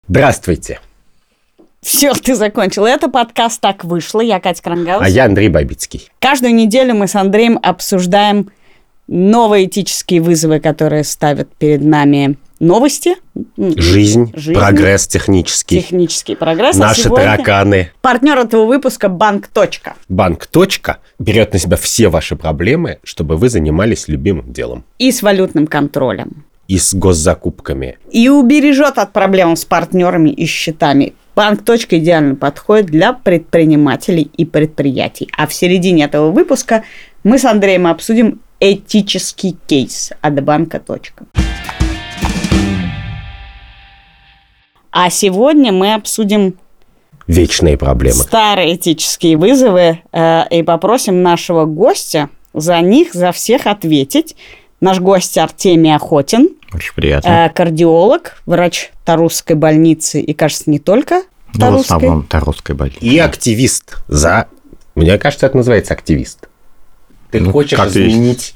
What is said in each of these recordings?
Здравствуйте. Все, ты закончил. Это подкаст «Так вышло». Я Катя Крангаус. А я Андрей Бабицкий. Каждую неделю мы с Андреем обсуждаем новые этические вызовы, которые ставят перед нами новости. Жизнь, прогресс технический. Технический прогресс. Наши тараканы. Партнер этого выпуска – Банк. Банк. Берет на себя все ваши проблемы, чтобы вы занимались любимым делом. И с валютным контролем. И с госзакупками. И убережет от проблем с партнерами и счетами. Банк. Идеально подходит для предпринимателей и предприятий. А в середине этого выпуска мы с Андреем обсудим этический кейс от Банка. А сегодня мы обсудим вечные проблемы. Старые этические вызовы и попросим нашего гостя за них, за всех ответить. Наш гость Артемий Охотин. Очень приятно. Кардиолог, врач Тарусской больницы и, кажется, не только Тарусской. В основном Тарусской больницы. И активист Мне кажется, это называется активист. Ты хочешь изменить...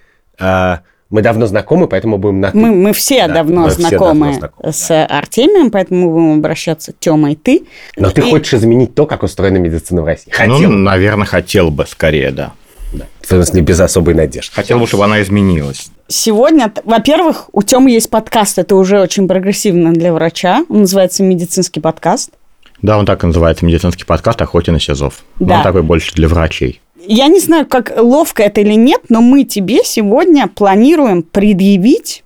Мы давно знакомы, поэтому будем на «ты». Мы все давно знакомы с Артемием, поэтому будем обращаться Тёма и ты. Но ты хочешь изменить то, как устроена медицина в России? Наверное, хотел бы скорее, да. В смысле, без особой надежды. Хотел бы, чтобы она изменилась. Сегодня, во-первых, у Тёмы есть подкаст, это уже очень прогрессивно для врача. Он называется «Медицинский подкаст». Да, он так и называется, медицинский подкаст «Охотин и Сизов». Да. Он такой больше для врачей. Я не знаю, как ловко это или нет, но мы тебе сегодня планируем предъявить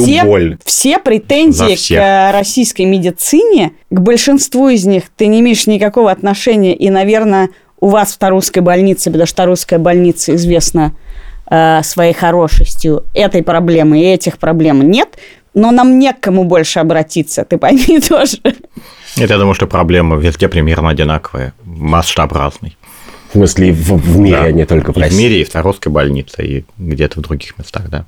все претензии к российской медицине. К большинству из них ты не имеешь никакого отношения, и, наверное, у вас в Тарусской больнице, потому что Тарусская больница известна своей хорошестью, этой проблемы и этих проблем нет, но нам не к кому больше обратиться, ты пойми тоже. Нет, я думаю, что проблемы везде примерно одинаковые, масштабообразные. В смысле, в мире, а не только в России. И в мире, и в Тарусской больнице, и где-то в других местах, да.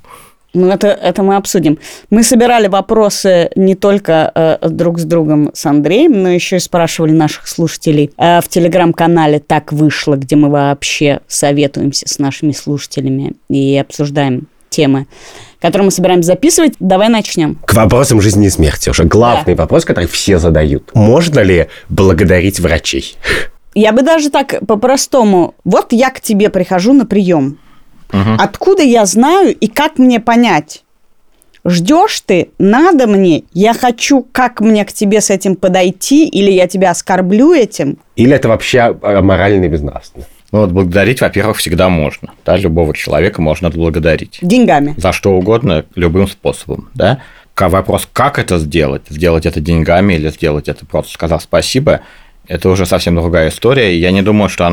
Это мы обсудим. Мы собирали вопросы не только друг с другом с Андреем, но еще и спрашивали наших слушателей в телеграм-канале «Так вышло», где мы вообще советуемся с нашими слушателями и обсуждаем темы, которые мы собираемся записывать. Давай начнем. К вопросам жизни и смерти. Уже главный вопрос, который все задают. Можно ли благодарить врачей? Я бы даже так по-простому. Вот я к тебе прихожу на прием. Угу. Откуда я знаю и как мне понять? Ждешь ты? Надо мне? Я хочу, как мне к тебе с этим подойти? Или я тебя оскорблю этим? Или это вообще аморально и безнравственно? Благодарить, во-первых, всегда можно. Да, любого человека можно отблагодарить. Деньгами. За что угодно, любым способом. Да? Вопрос, как это сделать? Сделать это деньгами или сделать это просто сказав спасибо, это уже совсем другая история. И я не думаю, что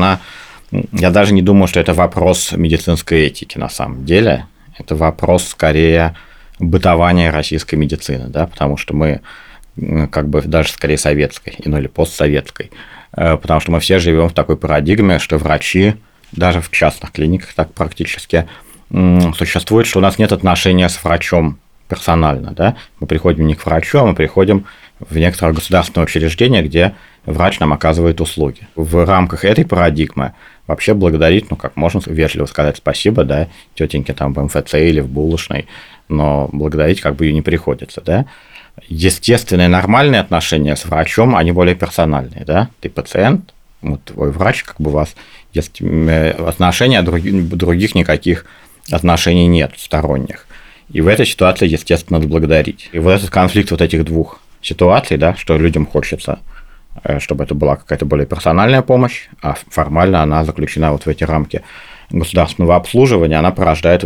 я даже не думаю, что это вопрос медицинской этики на самом деле. Это вопрос скорее бытования российской медицины, да, потому что мы даже скорее советской, или постсоветской, потому что мы все живем в такой парадигме, что врачи, даже в частных клиниках так практически существует, что у нас нет отношения с врачом персонально, да, мы приходим не к врачу, а мы приходим в некоторое государственное учреждение, где врач нам оказывает услуги. В рамках этой парадигмы вообще благодарить, как можно вежливо сказать спасибо, да, тетеньке там в МФЦ или в булочной, но благодарить и не приходится, да. Естественные нормальные отношения с врачом, они более персональные, да. Ты пациент, твой врач, у вас есть отношения, других никаких отношений нет сторонних. И в этой ситуации, естественно, надо благодарить. И вот этот конфликт этих двух ситуаций, да, что людям хочется, чтобы это была какая-то более персональная помощь, а формально она заключена в эти рамки государственного обслуживания, она порождает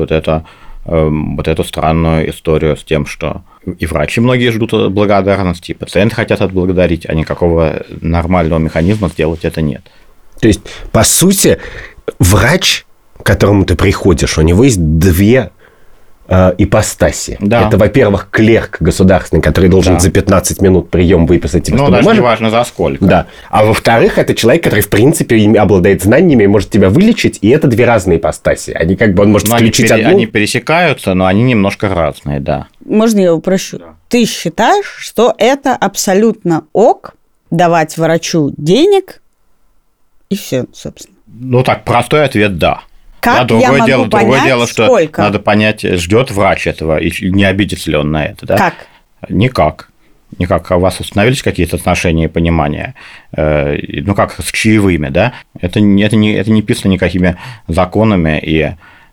эту странную историю с тем, что и врачи многие ждут благодарности, и пациенты хотят отблагодарить, а никакого нормального механизма сделать это нет. То есть, по сути, врач, к которому ты приходишь, у него есть две ипостаси. Да. Это, во-первых, клерк государственный, который должен за 15 минут прием выписать тебе. Даже не важно за сколько. Да. А во-вторых, это человек, который, в принципе, обладает знаниями и может тебя вылечить, и это две разные ипостаси. Они он может включить одну. Они пересекаются, но они немножко разные, да. Можно я упрощу? Да. Ты считаешь, что это абсолютно ок давать врачу денег и все, собственно? Простой ответ – да. Как я могу понять, другое дело, что сколько? Надо понять, ждет врач этого, и не обидится ли он на это. Да? Как? Никак. никак у вас установились какие-то отношения и понимания, ну, как с чаевыми, да, это не писано никакими законами и...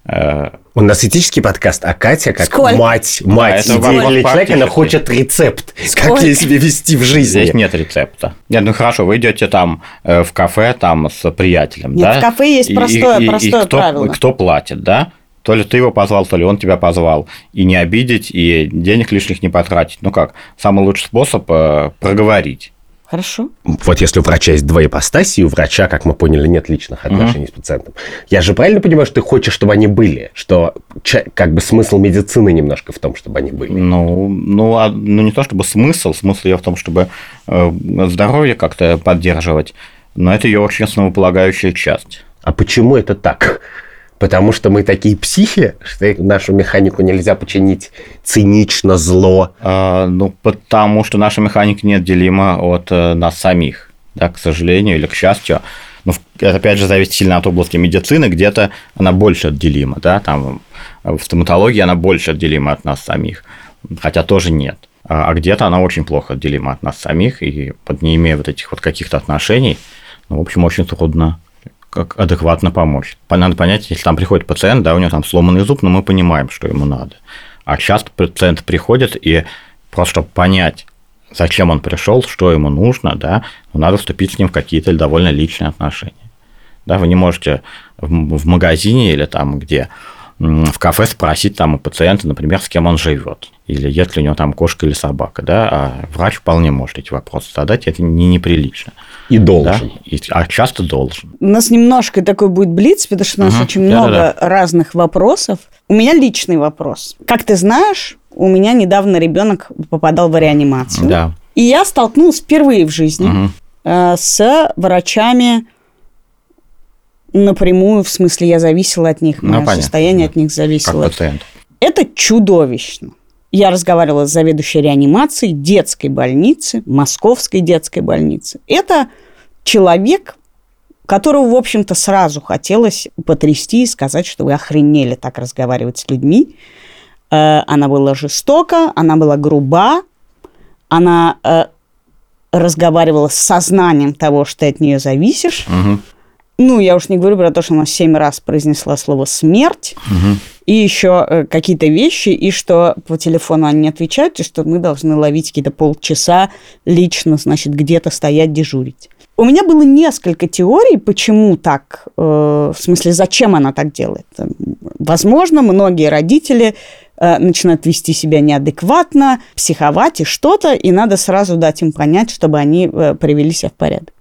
У нас этический подкаст, а Катя, как мать идейного человека, она хочет рецепт, как ей себя вести в жизни. Здесь нет рецепта. Нет, ну хорошо, вы идете там в кафе там с приятелем, нет, да? В кафе есть простое правило. Кто платит, да? То ли ты его позвал, то ли он тебя позвал. И не обидеть, и денег лишних не потратить. Ну как, самый лучший способ проговорить. Хорошо. Вот если у врача есть два ипостаси, и у врача, как мы поняли, нет личных отношений с пациентом. Я же правильно понимаю, что ты хочешь, чтобы они были? Что как бы смысл медицины немножко в том, чтобы они были? Ну не то чтобы смысл ее в том, чтобы здоровье как-то поддерживать, но это ее очень основополагающая часть. А почему это так? Потому что мы такие психи, что нашу механику нельзя починить цинично, зло. Ну, потому что наша механика неотделима от нас самих, да, к сожалению или к счастью. Ну, это, опять же, зависит сильно от области медицины, где-то она больше отделима, да, там в стоматологии она больше отделима от нас самих, хотя тоже нет. А где-то она очень плохо отделима от нас самих, и не имея вот этих вот каких-то отношений, ну, в общем, очень трудно как адекватно помочь. Надо понять, если там приходит пациент, да, у него там сломанный зуб, но мы понимаем, что ему надо. А часто пациент приходит, и просто чтобы понять, зачем он пришел, что ему нужно, да, надо вступить с ним в какие-то довольно личные отношения. Да, вы не можете в магазине или там где в кафе спросить там у пациента, например, с кем он живет, или есть ли у него там кошка или собака, да, а врач вполне может эти вопросы задать, это неприлично. И должен. Да? А часто должен. У нас немножко такой будет блиц, потому что у нас очень много разных вопросов. У меня личный вопрос. Как ты знаешь, у меня недавно ребенок попадал в реанимацию. Да. И я столкнулась впервые в жизни с врачами напрямую, в смысле, я зависела от них, мое состояние от них зависело. Как пациент. Это чудовищно. Я разговаривала с заведующей реанимацией детской больницы, Московской детской больницы. Это человек, которого, в общем-то, сразу хотелось потрясти и сказать, что вы охренели так разговаривать с людьми. Она была жестока, она была груба, она разговаривала с сознанием того, что ты от нее зависишь. Ну, я уж не говорю про то, что она 7 раз произнесла слово «смерть», и еще какие-то вещи, и что по телефону они не отвечают, и что мы должны ловить какие-то полчаса лично, значит, где-то стоять, дежурить. У меня было несколько теорий, почему так, в смысле, зачем она так делает. Возможно, многие родители начинают вести себя неадекватно, психовать и что-то, и надо сразу дать им понять, чтобы они привели себя в порядок.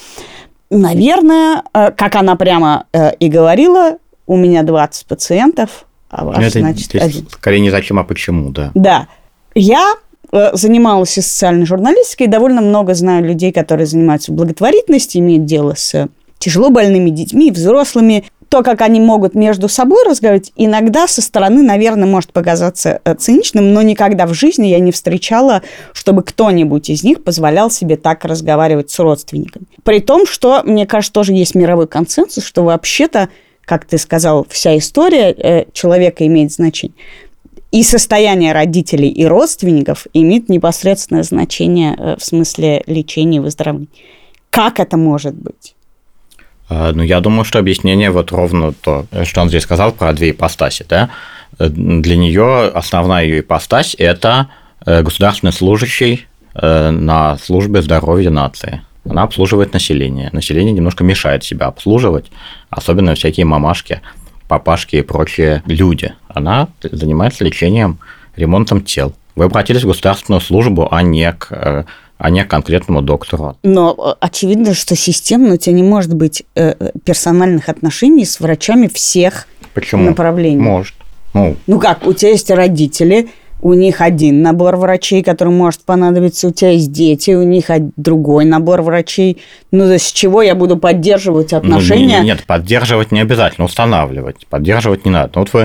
Наверное, как она прямо и говорила, у меня 20 пациентов, а ваш, это, значит, один. Скорее не зачем, а почему, да. Да. Я занималась и социальной журналистикой, и довольно много знаю людей, которые занимаются благотворительностью, имеют дело с тяжело больными детьми, взрослыми. То, как они могут между собой разговаривать, иногда со стороны, наверное, может показаться циничным, но никогда в жизни я не встречала, чтобы кто-нибудь из них позволял себе так разговаривать с родственниками. При том, что, мне кажется, тоже есть мировой консенсус, что вообще-то, как ты сказал, вся история человека имеет значение. И состояние родителей и родственников имеет непосредственное значение в смысле лечения и выздоровления. Как это может быть? Ну, я думаю, что объяснение вот ровно то, что он здесь сказал про 2 ипостаси, да. Для нее основная ее ипостась – это государственный служащий на службе здоровья нации. Она обслуживает население. Население немножко мешает себя обслуживать, особенно всякие мамашки, папашки и прочие люди. Она занимается лечением, ремонтом тел. Вы обратились в государственную службу, а не к конкретному доктору. Но очевидно, что системно у тебя не может быть персональных отношений с врачами всех направлений. Может. Ну как, у тебя есть родители, у них один набор врачей, который может понадобиться, у тебя есть дети, у них другой набор врачей. Ну, то есть с чего я буду поддерживать отношения? Нет, поддерживать не обязательно, устанавливать. Поддерживать не надо. Вот вы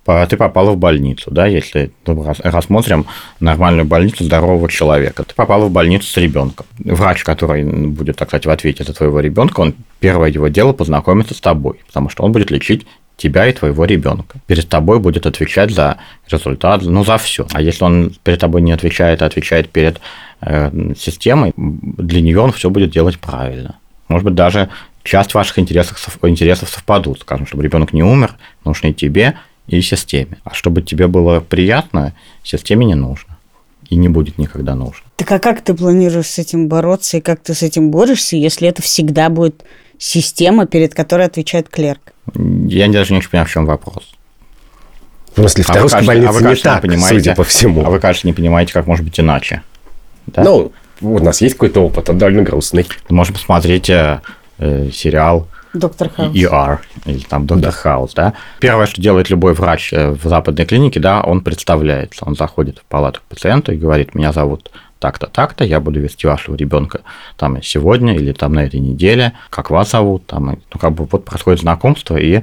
ты попала в больницу, да, если рассмотрим нормальную больницу здорового человека. Ты попала в больницу с ребенком. Врач, который будет, так сказать, в ответе за твоего ребенка, он первое его дело познакомиться с тобой, потому что он будет лечить тебя и твоего ребенка. Перед тобой будет отвечать за результат, за все. А если он перед тобой не отвечает, а отвечает перед системой, для нее он все будет делать правильно. Может быть, даже часть ваших интересов совпадут. Скажем, чтобы ребенок не умер, нужно и тебе, и системе. А чтобы тебе было приятно, системе не нужно. И не будет никогда нужно. Так а как ты планируешь с этим бороться, и как ты с этим борешься, если это всегда будет система, перед которой отвечает клерк? Я даже не очень понимаю, в чем вопрос. В смысле, в Таровской больнице не так, судя по всему. А вы, кажется, не понимаете, как может быть иначе. Да? Ну, у нас есть какой-то опыт, он довольно грустный. Можно посмотреть сериал «Доктор Хаус». ER, или там «Доктор Хаус», да. Первое, что делает любой врач в западной клинике, да, он представляется. Он заходит в палату к пациенту и говорит: меня зовут так-то, так-то, я буду вести вашего ребенка там сегодня или там на этой неделе, как вас зовут, там, вот происходит знакомство и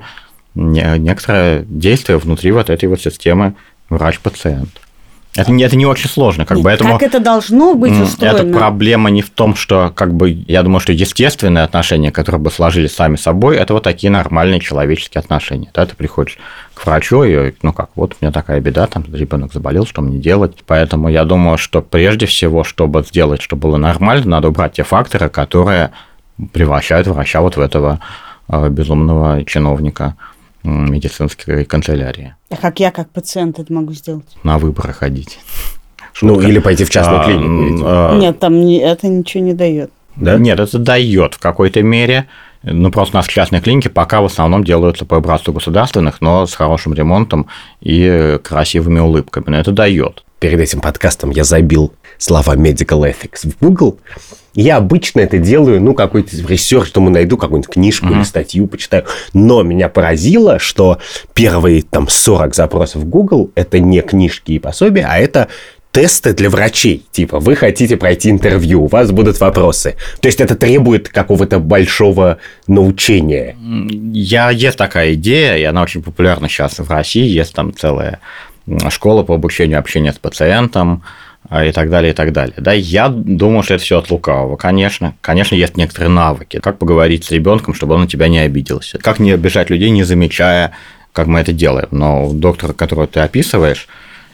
некоторое действие внутри вот этой вот системы врач-пациент. Это не очень сложно. Поэтому, как это должно быть устроено? Эта проблема не в том, что, я думаю, что естественные отношения, которые бы сложились сами собой, это вот такие нормальные человеческие отношения. Да, ты приходишь к врачу, и, вот у меня такая беда, там ребенок заболел, что мне делать? Поэтому я думаю, что прежде всего, чтобы сделать, чтобы было нормально, надо убрать те факторы, которые превращают врача вот в этого безумного чиновника медицинской канцелярии. А как я, как пациент, это могу сделать? На выборы ходить. Или пойти в частную клинику. Нет, там это ничего не дает. Да? Нет, это дает в какой-то мере. Просто у нас частные клиники пока в основном делаются по образцу государственных, но с хорошим ремонтом и красивыми улыбками. Но это дает. Перед этим подкастом я забил слова medical ethics в Google. Я обычно это делаю, какой-то ресерч, думаю, найду какую-нибудь книжку или статью, почитаю. Но меня поразило, что первые 40 запросов в Google – это не книжки и пособия, а это тесты для врачей. Типа, вы хотите пройти интервью, у вас будут вопросы. То есть, это требует какого-то большого научения. Есть такая идея, и она очень популярна сейчас в России. Есть там целая школа по обучению общения с пациентом, и так далее, и так далее. Да, я думаю, что это все от лукавого. Конечно, есть некоторые навыки. Как поговорить с ребенком, чтобы он на тебя не обиделся. Как не обижать людей, не замечая, как мы это делаем. Но доктор, которого ты описываешь,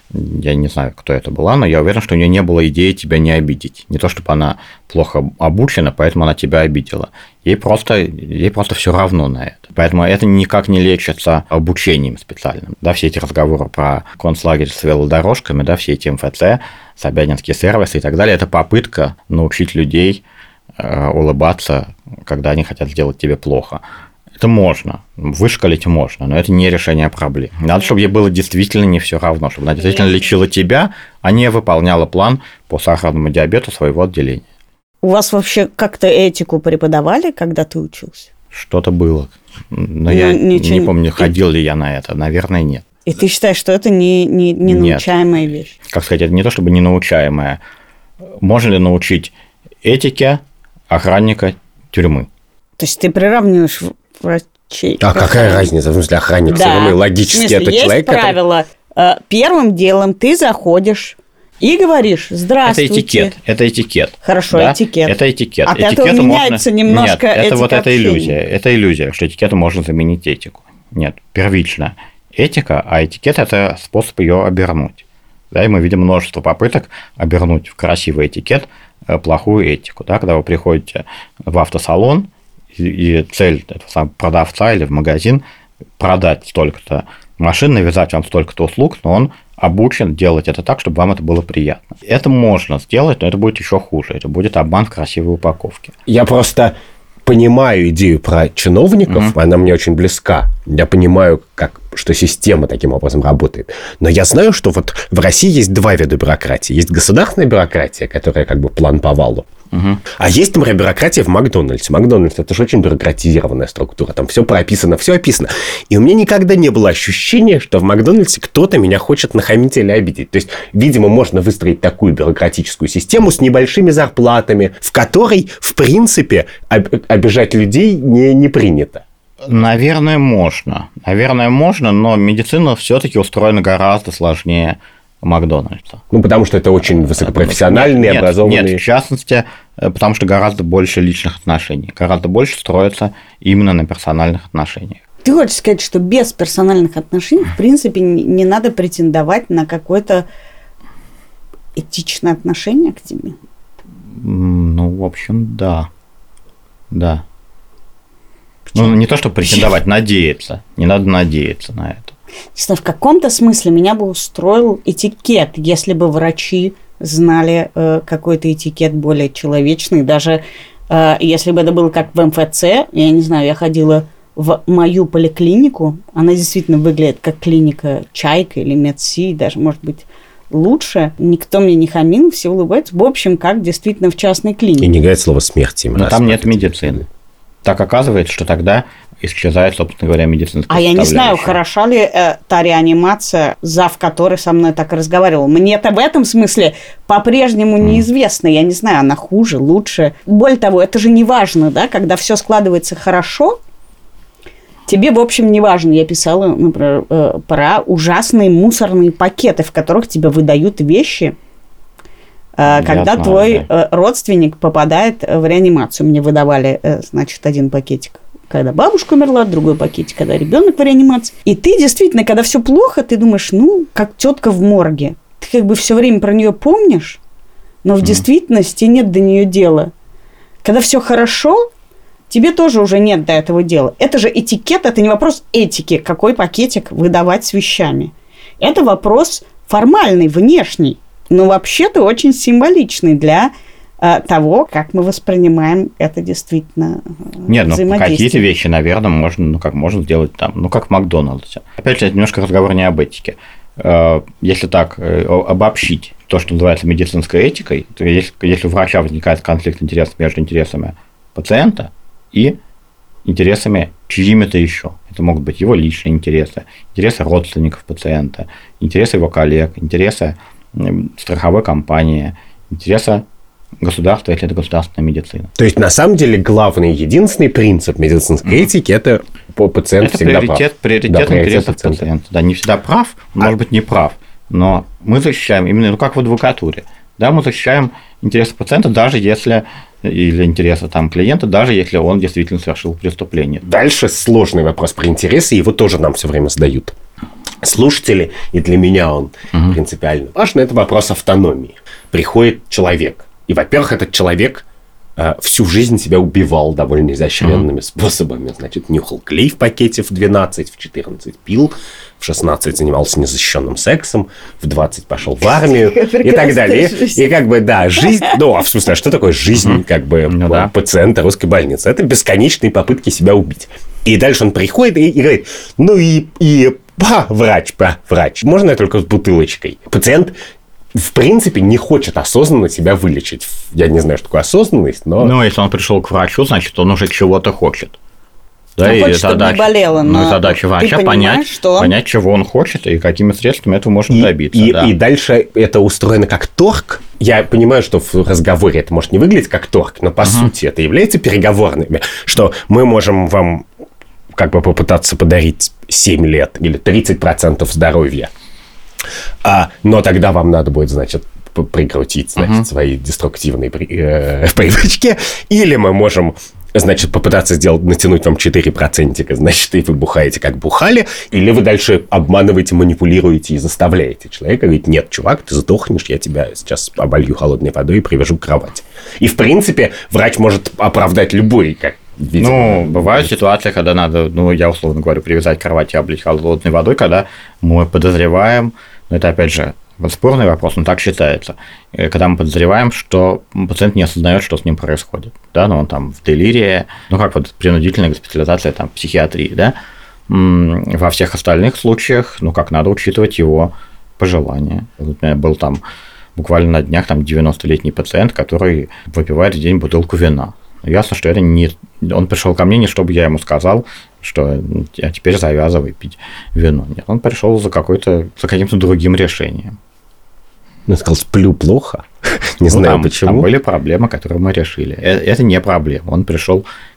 я не знаю, кто это была, но я уверен, что у нее не было идеи тебя не обидеть. Не то, чтобы она плохо обучена, поэтому она тебя обидела. Ей просто все равно на это. Поэтому это никак не лечится обучением специальным. Да, все эти разговоры про концлагерь с велодорожками, да, все эти МФЦ, Собянинские сервисы и так далее, это попытка научить людей улыбаться, когда они хотят сделать тебе плохо. Это можно, вышкалить можно, но это не решение проблем. Надо, чтобы ей было действительно не все равно, чтобы она действительно лечила тебя, а не выполняла план по сахарному диабету своего отделения. У вас вообще как-то этику преподавали, когда ты учился? Что-то было, но я не помню, ходил ли я на это, наверное, нет. И ты считаешь, что это не научаемая вещь? Как сказать, это не то чтобы не научаемая. Можно ли научить этике охранника тюрьмы? То есть ты приравниваешь врачей. А какая разница? В смысле, охранник тюрьмы логически это человек, есть правило. Первым делом ты заходишь и говоришь: здравствуйте. Это этикет. Хорошо, да? Этикет. Это этикет. От этого меняется немножко этика. Нет, это вот эта общения. иллюзия. Это иллюзия, что этикетом можно заменить этику. Нет, первично этика, а этикет – это способ ее обернуть. Да, и мы видим множество попыток обернуть в красивый этикет плохую этику. Да, когда вы приходите в автосалон, и цель этого продавца или в магазин продать столько-то машин, навязать вам столько-то услуг, но он обучен делать это так, чтобы вам это было приятно. Это можно сделать, но это будет еще хуже. Это будет обман в красивой упаковке. Я просто понимаю идею про чиновников, она мне очень близка. Я понимаю, что система таким образом работает. Но я знаю, что вот в России есть два вида бюрократии. Есть государственная бюрократия, которая план по валу. А есть, например, бюрократия в Макдональдсе. Макдональдс – это же очень бюрократизированная структура. Там все прописано, все описано. И у меня никогда не было ощущения, что в Макдональдсе кто-то меня хочет нахамить или обидеть. То есть, видимо, можно выстроить такую бюрократическую систему с небольшими зарплатами, в которой, в принципе, обижать людей не принято. Наверное, можно. Но медицина все-таки устроена гораздо сложнее Макдональдса. Потому что это очень высокопрофессиональные, образованные... Нет, в частности, потому что гораздо больше личных отношений. Гораздо больше строится именно на персональных отношениях. Ты хочешь сказать, что без персональных отношений, в принципе, не надо претендовать на какое-то этичное отношение к тебе? В общем, да. Да. Не то, чтобы претендовать, надеяться. Не надо надеяться на это. Не знаю, в каком-то смысле меня бы устроил этикет, если бы врачи знали какой-то этикет более человечный. Даже если бы это было как в МФЦ, я не знаю, я ходила в мою поликлинику, она действительно выглядит как клиника Чайка или Медси, даже, может быть, лучше. Никто мне не хамил, все улыбаются. В общем, как действительно в частной клинике. И не говорит слово смерти. Но там нет медицины. Так оказывается, что тогда исчезает, собственно говоря, медицинская составляющая. А я не знаю, хороша ли та реанимация, зав которой со мной так и разговаривал. Мне-то в этом смысле по-прежнему неизвестно. Я не знаю, она хуже, лучше. Более того, это же не важно, да, когда все складывается хорошо. Тебе, в общем, не важно. Я писала, например, про ужасные мусорные пакеты, в которых тебе выдают вещи, когда твой родственник попадает в реанимацию. Мне выдавали, значит, один пакетик, когда бабушка умерла, другой пакетик, когда ребенок в реанимации. И ты действительно, когда все плохо, ты думаешь, как тетка в морге. Ты как бы все время про нее помнишь, но в действительности нет до нее дела. Когда все хорошо, тебе тоже уже нет до этого дела. Это же этикет, это не вопрос этики, какой пакетик выдавать с вещами. Это вопрос формальный, внешний, но вообще-то очень символичный для того, как мы воспринимаем это действительно взаимодействие. Нет, какие-то вещи, наверное, можно сделать там, как в Макдональдсе. Опять же, это немножко разговор не об этике. Если так обобщить то, что называется медицинской этикой, то если у врача возникает конфликт интересов между интересами пациента и интересами чьими-то еще. Это могут быть его личные интересы, интересы родственников пациента, интересы его коллег, интересы страховой компании, интересы государства, если это государственная медицина. То есть, на самом деле, главный, единственный принцип медицинской этики – это пациент это всегда приоритет, прав. Приоритет интересов пациента. Да, не всегда прав, может быть, не прав, но мы защищаем, именно как в адвокатуре, да, мы защищаем интересы пациента, даже если, или интересы клиента, даже если он действительно совершил преступление. Дальше сложный вопрос про интересы, его тоже нам все время задают слушатели, и для меня он принципиально важен, это вопрос автономии. Приходит человек, и, во-первых, этот человек всю жизнь себя убивал довольно изощренными способами. Значит, нюхал клей в пакете в 12, в 14 пил, в 16 занимался незащищенным сексом, в 20 пошел в армию и так далее. И как бы, да, жизнь... в смысле, что такое жизнь пациента русской больницы? Это бесконечные попытки себя убить. И дальше он приходит и говорит, врач, можно я только с бутылочкой? Пациент, в принципе, не хочет осознанно себя вылечить. Я не знаю, что такое осознанность, но... Ну, если он пришел к врачу, значит, он уже чего-то хочет. Да, и хочет, чтобы не болело. Но задача врача понять, чего он хочет и какими средствами этого можно добиться. И дальше это устроено как торг. Я понимаю, что в разговоре это может не выглядеть как торг, но по сути это является переговорными, что мы можем вам как бы попытаться подарить 7 лет или 30% здоровья. Но тогда вам надо будет, значит, прикрутить, свои деструктивные привычки. Или мы можем, значит, попытаться натянуть вам 4%, значит, и вы бухаете, как бухали. Или вы дальше обманываете, манипулируете и заставляете человека говорить, нет, чувак, ты сдохнешь, я тебя сейчас оболью холодной водой и привяжу к кровати. И, в принципе, врач может оправдать любой, бывают ситуации, когда надо, я условно говорю, привязать к кровати и облить холодной водой, когда мы подозреваем, это опять же спорный вопрос, но так считается, когда мы подозреваем, что пациент не осознает, что с ним происходит, да, он там в делирии, как принудительная госпитализация в психиатрии, да, во всех остальных случаях, как надо учитывать его пожелания. У меня был буквально на днях 90-летний пациент, который выпивает в день бутылку вина. Ясно, что это не... Он пришел ко мне не чтобы я ему сказал, что теперь завязывай пить вино. Нет, он пришел за каким-то другим решением. Он сказал, сплю плохо. Не знаю почему. Там были проблемы, которые мы решили. Это не проблема. Он пришел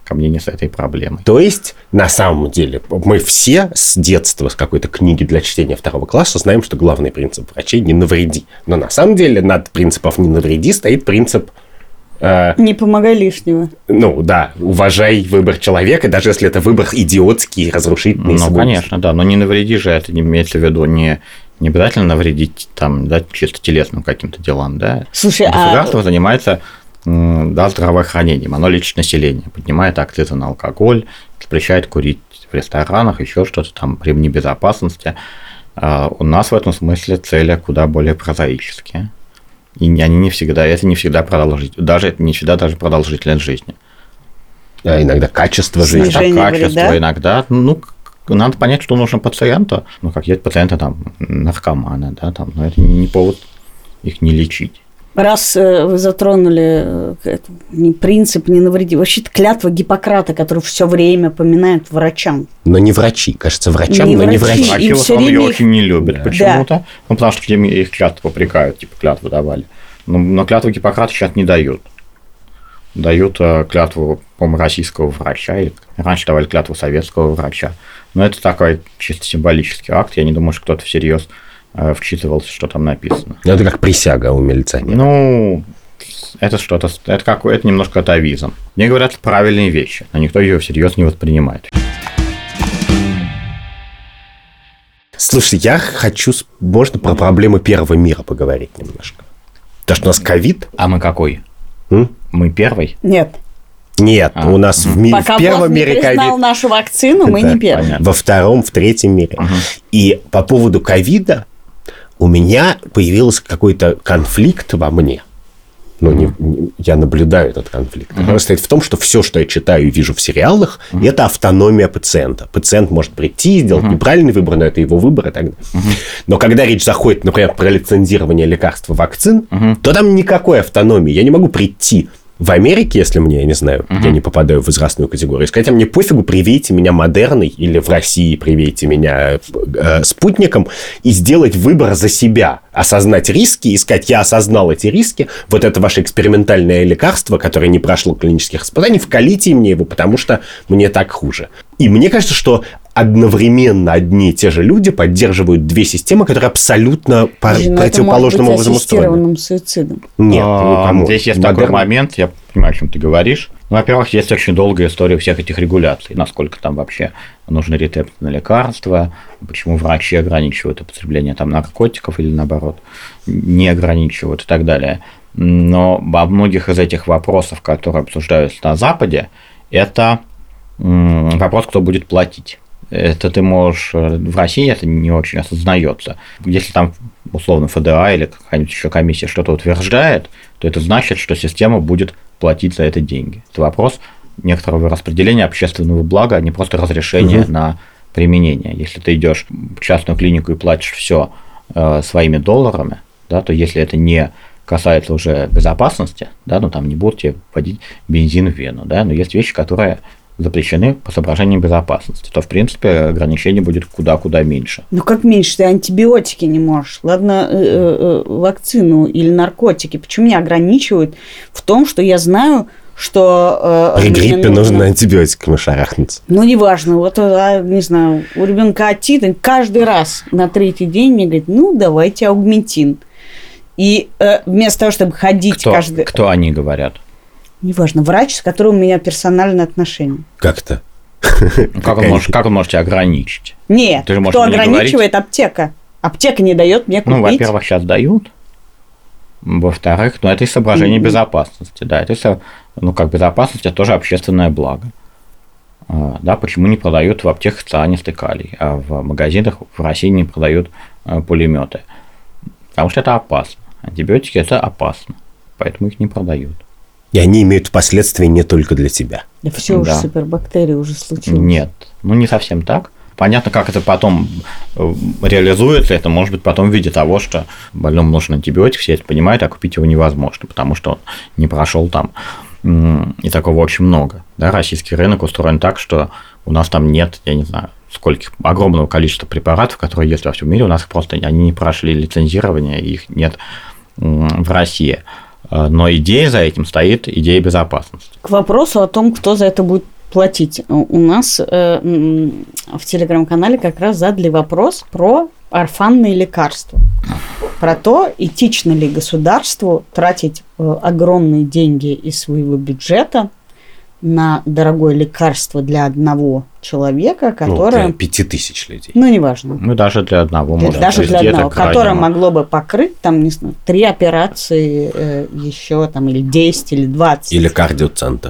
ко мне не с этой проблемой. То есть, на самом деле, мы все с детства, с какой-то книги для чтения 2 класса знаем, что главный принцип врачей – не навреди. Но на самом деле над принципом «не навреди» стоит принцип... не помогай лишнего. Ну, да, уважай выбор человека, даже если это выбор идиотский, разрушительный. Ну, конечно, да, но не навреди же, это не имеется в виду не обязательно навредить там, да, чисто телесным каким-то делам, да. Слушай, государство занимается здравоохранением, оно лечит население, поднимает акцизы на алкоголь, запрещает курить в ресторанах, еще что-то там, ремни безопасности. У нас в этом смысле цели куда более прозаические. И они не всегда, это не всегда продолжительность, даже это не всегда даже продолжительность жизни. А иногда качество жизни. Качество иногда, надо понять, что нужно пациенту. Как есть пациенты там наркоманы, да, там, но это не повод их не лечить. Раз вы затронули принцип «не навреди», вообще-то клятва Гиппократа, которую все время поминают врачам. Но не врачи, кажется, врачам, но не врачи. Врачи в основном ее очень не любят почему-то, потому что их клятву попрекают, типа клятву давали. Но клятву Гиппократа сейчас не дают. Дают клятву, по-моему, российского врача, или раньше давали клятву советского врача. Но это такой чисто символический акт, я не думаю, что кто-то всерьез вчитывался, что там написано. Это как присяга у милиционера. Это немножко атовизм. Мне говорят правильные вещи, но никто ее всерьез не воспринимает. Слушай, я хочу, можно про проблемы первого мира поговорить немножко? Потому что у нас ковид. А мы какой? Мы первый? Нет. Нет, у нас в первом мире ковид. Пока Бог не признал нашу вакцину, мы не первые. Понятно. Во втором, в третьем мире. И по поводу ковида у меня появился какой-то конфликт во мне. Я наблюдаю этот конфликт. Он состоит в том, что все, что я читаю и вижу в сериалах, это автономия пациента. Пациент может прийти и сделать неправильный выбор, но это его выбор и так далее. Но когда речь заходит, например, про лицензирование лекарств и вакцин, то там никакой автономии. Я не могу прийти в Америке, если мне, я не знаю, я не попадаю в возрастную категорию, сказать, а мне пофигу, привейте меня Модерной, или в России привейте меня Спутником, и сделать выбор за себя, осознать риски, и сказать, я осознал эти риски, вот это ваше экспериментальное лекарство, которое не прошло клинических испытаний, вкалите мне его, потому что мне так хуже. И мне кажется, что одновременно одни и те же люди поддерживают две системы, которые абсолютно противоположным образом устроены. Суицидом. Нет, здесь есть такой момент, я понимаю, о чем ты говоришь. Во-первых, есть очень долгая история всех этих регуляций, насколько там вообще нужны рецепты на лекарства, почему врачи ограничивают употребление там наркотиков или наоборот не ограничивают и так далее. Но во многих из этих вопросов, которые обсуждаются на Западе, это вопрос, кто будет платить. Это ты можешь... В России это не очень осознается. Если там, условно, ФДА или какая-нибудь еще комиссия что-то утверждает, то это значит, что система будет платить за это деньги. Это вопрос некоторого распределения общественного блага, а не просто разрешения на применение. Если ты идешь в частную клинику и платишь все своими долларами, да, то если это не касается уже безопасности, да, там не будут тебе вводить бензин в вену, да, но есть вещи, которые запрещены по соображениям безопасности, то, в принципе, ограничений будет куда-куда меньше. Как меньше? Ты антибиотики не можешь. Ладно, вакцину или наркотики. Почему меня ограничивают в том, что я знаю, что... При гриппе нужно антибиотиками шарахнуться. Неважно. Не знаю, у ребенка отит, и каждый раз на третий день мне говорит, давайте аугментин. И вместо того, чтобы ходить каждый... Кто они говорят? Неважно, врач, с которым у меня персональные отношения. Как-то? Как он может тебя ограничить? Нет, кто ограничивает? Аптека. Аптека не дает мне купить. Во-первых, сейчас дают. Во-вторых, это из соображений безопасности. Да, это безопасность – это тоже общественное благо. Да, почему не продают в аптеках цианистый калий, а в магазинах в России не продают пулеметы? Потому что это опасно. Антибиотики – это опасно, поэтому их не продают. И они имеют последствия не только для тебя. Да все уже супербактерии уже случилось. Нет, не совсем так. Понятно, как это потом реализуется, это может быть потом в виде того, что больному нужен антибиотик, все это понимают, а купить его невозможно, потому что он не прошел там. И такого очень много. Да, российский рынок устроен так, что у нас там нет, я не знаю, огромного количества препаратов, которые есть во всем мире, у нас просто они не прошли лицензирование, их нет в России. Но идея за этим стоит, идея безопасности. К вопросу о том, кто за это будет платить. У нас в телеграм-канале как раз задали вопрос про орфанные лекарства. Про то, этично ли государству тратить огромные деньги из своего бюджета на дорогое лекарство для одного человека, которое... для 5000 людей. Неважно. Даже для одного. Даже для одного, которое могло бы покрыть, 3 операции еще, или 10, или 20. Или кардиоцентр.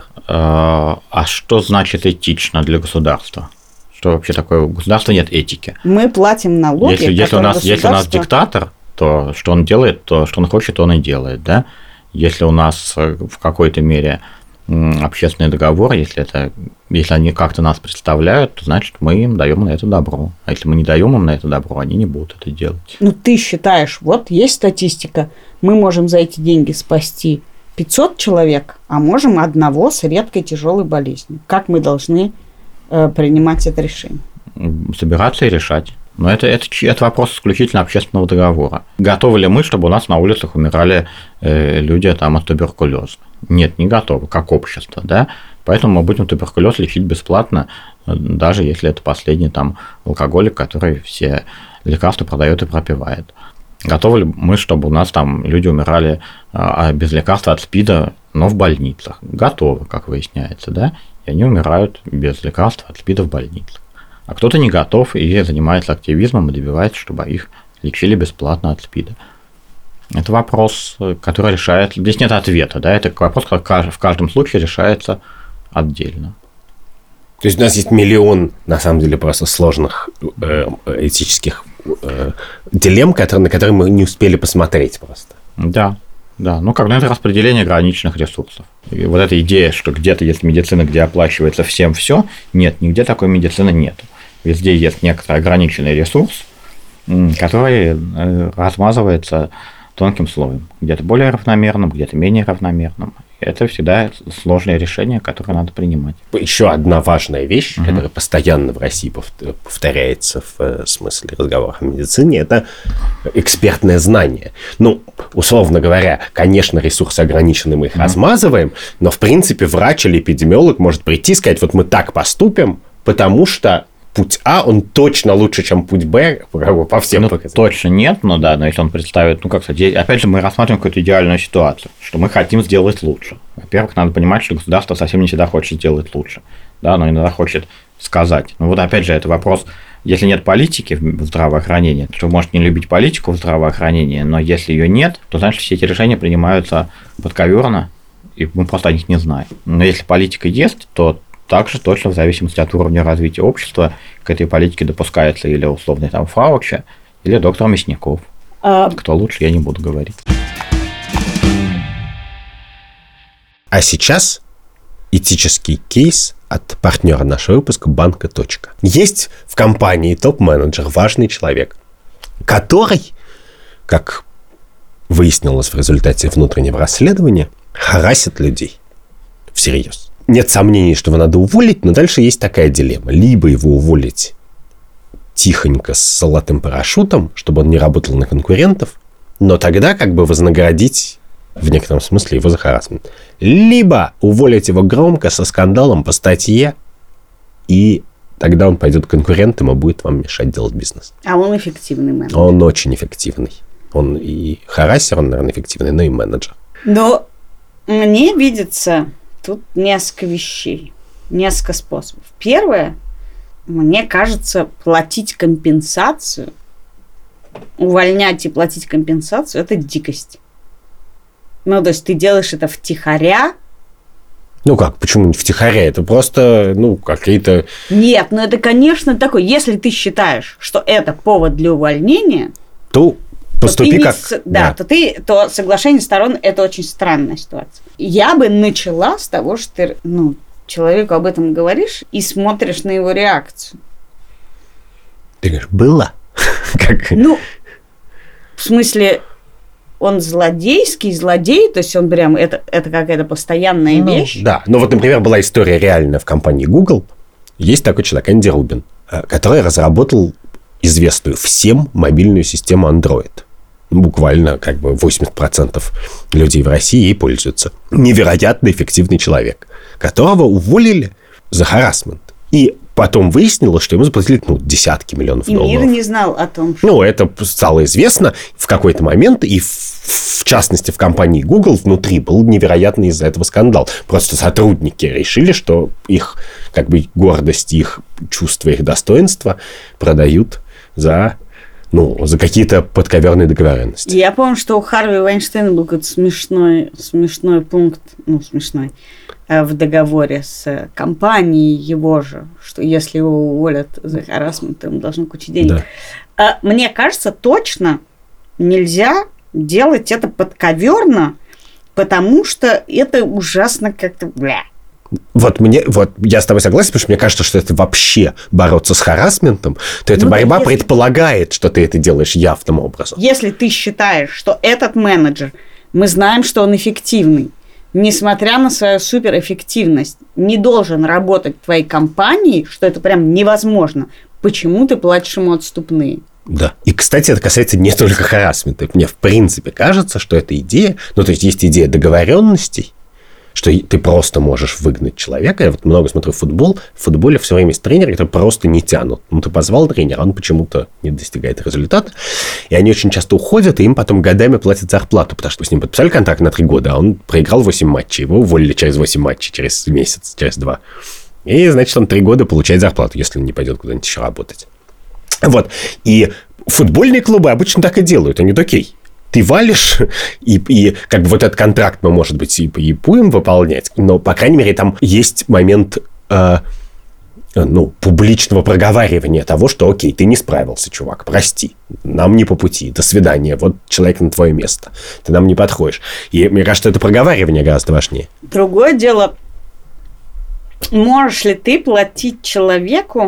А что значит этично для государства? Что вообще такое? У государства нет этики. Мы платим налоги, если у нас диктатор, то что он делает, то что он хочет, он и делает, да? Если у нас в какой-то мере общественный договор, если они как-то нас представляют, то значит мы им даем на это добро. А если мы не даем им на это добро, они не будут это делать. Ты считаешь, есть статистика, мы можем за эти деньги спасти 500 человек, а можем одного с редкой тяжелой болезнью. Как мы должны принимать это решение? Собираться и решать. Но это вопрос исключительно общественного договора. Готовы ли мы, чтобы у нас на улицах умирали люди от туберкулеза? Нет, не готовы, как общество, да? Поэтому мы будем туберкулез лечить бесплатно, даже если это последний алкоголик, который все лекарства продает и пропивает. Готовы ли мы, чтобы у нас люди умирали без лекарства от СПИДа, но в больницах? Готовы, как выясняется, да? И они умирают без лекарства от СПИДа в больницах. А кто-то не готов и занимается активизмом и добивается, чтобы их лечили бесплатно от СПИДа. Это вопрос, который решается... Здесь нет ответа, да? Это вопрос, который в каждом случае решается отдельно. То есть у нас есть миллион, на самом деле, просто сложных этических дилемм, на которые мы не успели посмотреть просто. Да. Это распределение ограниченных ресурсов. И эта идея, что где-то есть медицина, где оплачивается всем все, нет, нигде такой медицины нет. Везде есть некоторый ограниченный ресурс, который размазывается тонким слоем. Где-то более равномерным, где-то менее равномерным. Это всегда сложное решение, которое надо принимать. Еще одна важная вещь, которая постоянно в России повторяется в смысле разговоров о медицине, это экспертное знание. Условно говоря, конечно, ресурсы ограничены, мы их размазываем, но, в принципе, врач или эпидемиолог может прийти и сказать, мы так поступим, потому что путь А, он точно лучше, чем путь Б по всем показателям. Точно нет, но если он представит, опять же, мы рассматриваем какую-то идеальную ситуацию, что мы хотим сделать лучше. Во-первых, надо понимать, что государство совсем не всегда хочет сделать лучше, да, но иногда хочет сказать. Опять же, это вопрос, если нет политики в здравоохранении, то может не любить политику в здравоохранении, но если ее нет, то значит все эти решения принимаются подковерно, и мы просто о них не знаем. Но если политика есть, то также точно в зависимости от уровня развития общества к этой политике допускается или условный Фаучи, или доктор Мясников. Кто лучше, я не буду говорить. А сейчас этический кейс от партнера нашего выпуска банка «Точка». Есть в компании топ-менеджер, важный человек, который, как выяснилось в результате внутреннего расследования, харасит людей всерьез. Нет сомнений, что его надо уволить, но дальше есть такая дилемма. Либо его уволить тихонько с золотым парашютом, чтобы он не работал на конкурентов, но тогда вознаградить в некотором смысле его за харассмент. Либо уволить его громко, со скандалом по статье, и тогда он пойдет к конкурентам и будет вам мешать делать бизнес. А он эффективный менеджер. Он очень эффективный. Он и харассер, он, наверное, эффективный, но и менеджер. Но мне видится... Тут несколько вещей, несколько способов. Первое, мне кажется, платить компенсацию, увольнять и платить компенсацию – это дикость. То есть ты делаешь это втихаря. Почему не втихаря? Это просто, какие-то... Нет, это, конечно, такое. Если ты считаешь, что это повод для увольнения, то поступи как... то соглашение сторон – это очень странная ситуация. Я бы начала с того, что ты человеку об этом говоришь и смотришь на его реакцию. Ты говоришь, было? В смысле, он злодей, то есть он прям, это какая-то постоянная вещь. Да, например, была история реальная в компании Google. Есть такой человек, Энди Рубин, который разработал известную всем мобильную систему Android. Буквально 80% людей в России ей пользуются. Невероятно эффективный человек, которого уволили за харассмент. И потом выяснилось, что ему заплатили десятки миллионов долларов. И мир не знал о том, что... Это стало известно в какой-то момент, и в частности в компании Google внутри был невероятный из-за этого скандал. Просто сотрудники решили, что их гордость, их чувство, их достоинство продают за какие-то подковерные договоренности. Я помню, что у Харви Вайнштейна был какой-то смешной пункт, смешной, в договоре с компанией его же, что если его уволят за харассмент, то ему должны кучу денег. Да. Мне кажется, точно нельзя делать это подковерно, потому что это ужасно как-то... Я с тобой согласен, потому что мне кажется, что это вообще бороться с харассментом, то эта борьба предполагает, что ты это делаешь явным образом. Если ты считаешь, что этот менеджер, мы знаем, что он эффективный, несмотря на свою суперэффективность, не должен работать в твоей компании, что это прям невозможно, почему ты платишь ему отступные? Да. И, кстати, это касается не только харассмента. Мне, в принципе, кажется, что эта идея... то есть идея договоренностей, что ты просто можешь выгнать человека. Я много смотрю футбол. В футболе все время есть тренеры, которые просто не тянут. Ты позвал тренера, он почему-то не достигает результата. И они очень часто уходят, и им потом годами платят зарплату, потому что с ним подписали контракт на 3 года, а он проиграл 8 матчей. Его уволили через 8 матчей, через месяц, через 2. И, значит, он 3 года получает зарплату, если он не пойдет куда-нибудь еще работать. И футбольные клубы обычно так и делают. Они окей. Ты валишь, и этот контракт мы, может быть, и будем выполнять, но, по крайней мере, там есть момент публичного проговаривания того, что окей, ты не справился, чувак, прости, нам не по пути, до свидания, человек на твое место, ты нам не подходишь. И мне кажется, это проговаривание гораздо важнее. Другое дело, можешь ли ты платить человеку,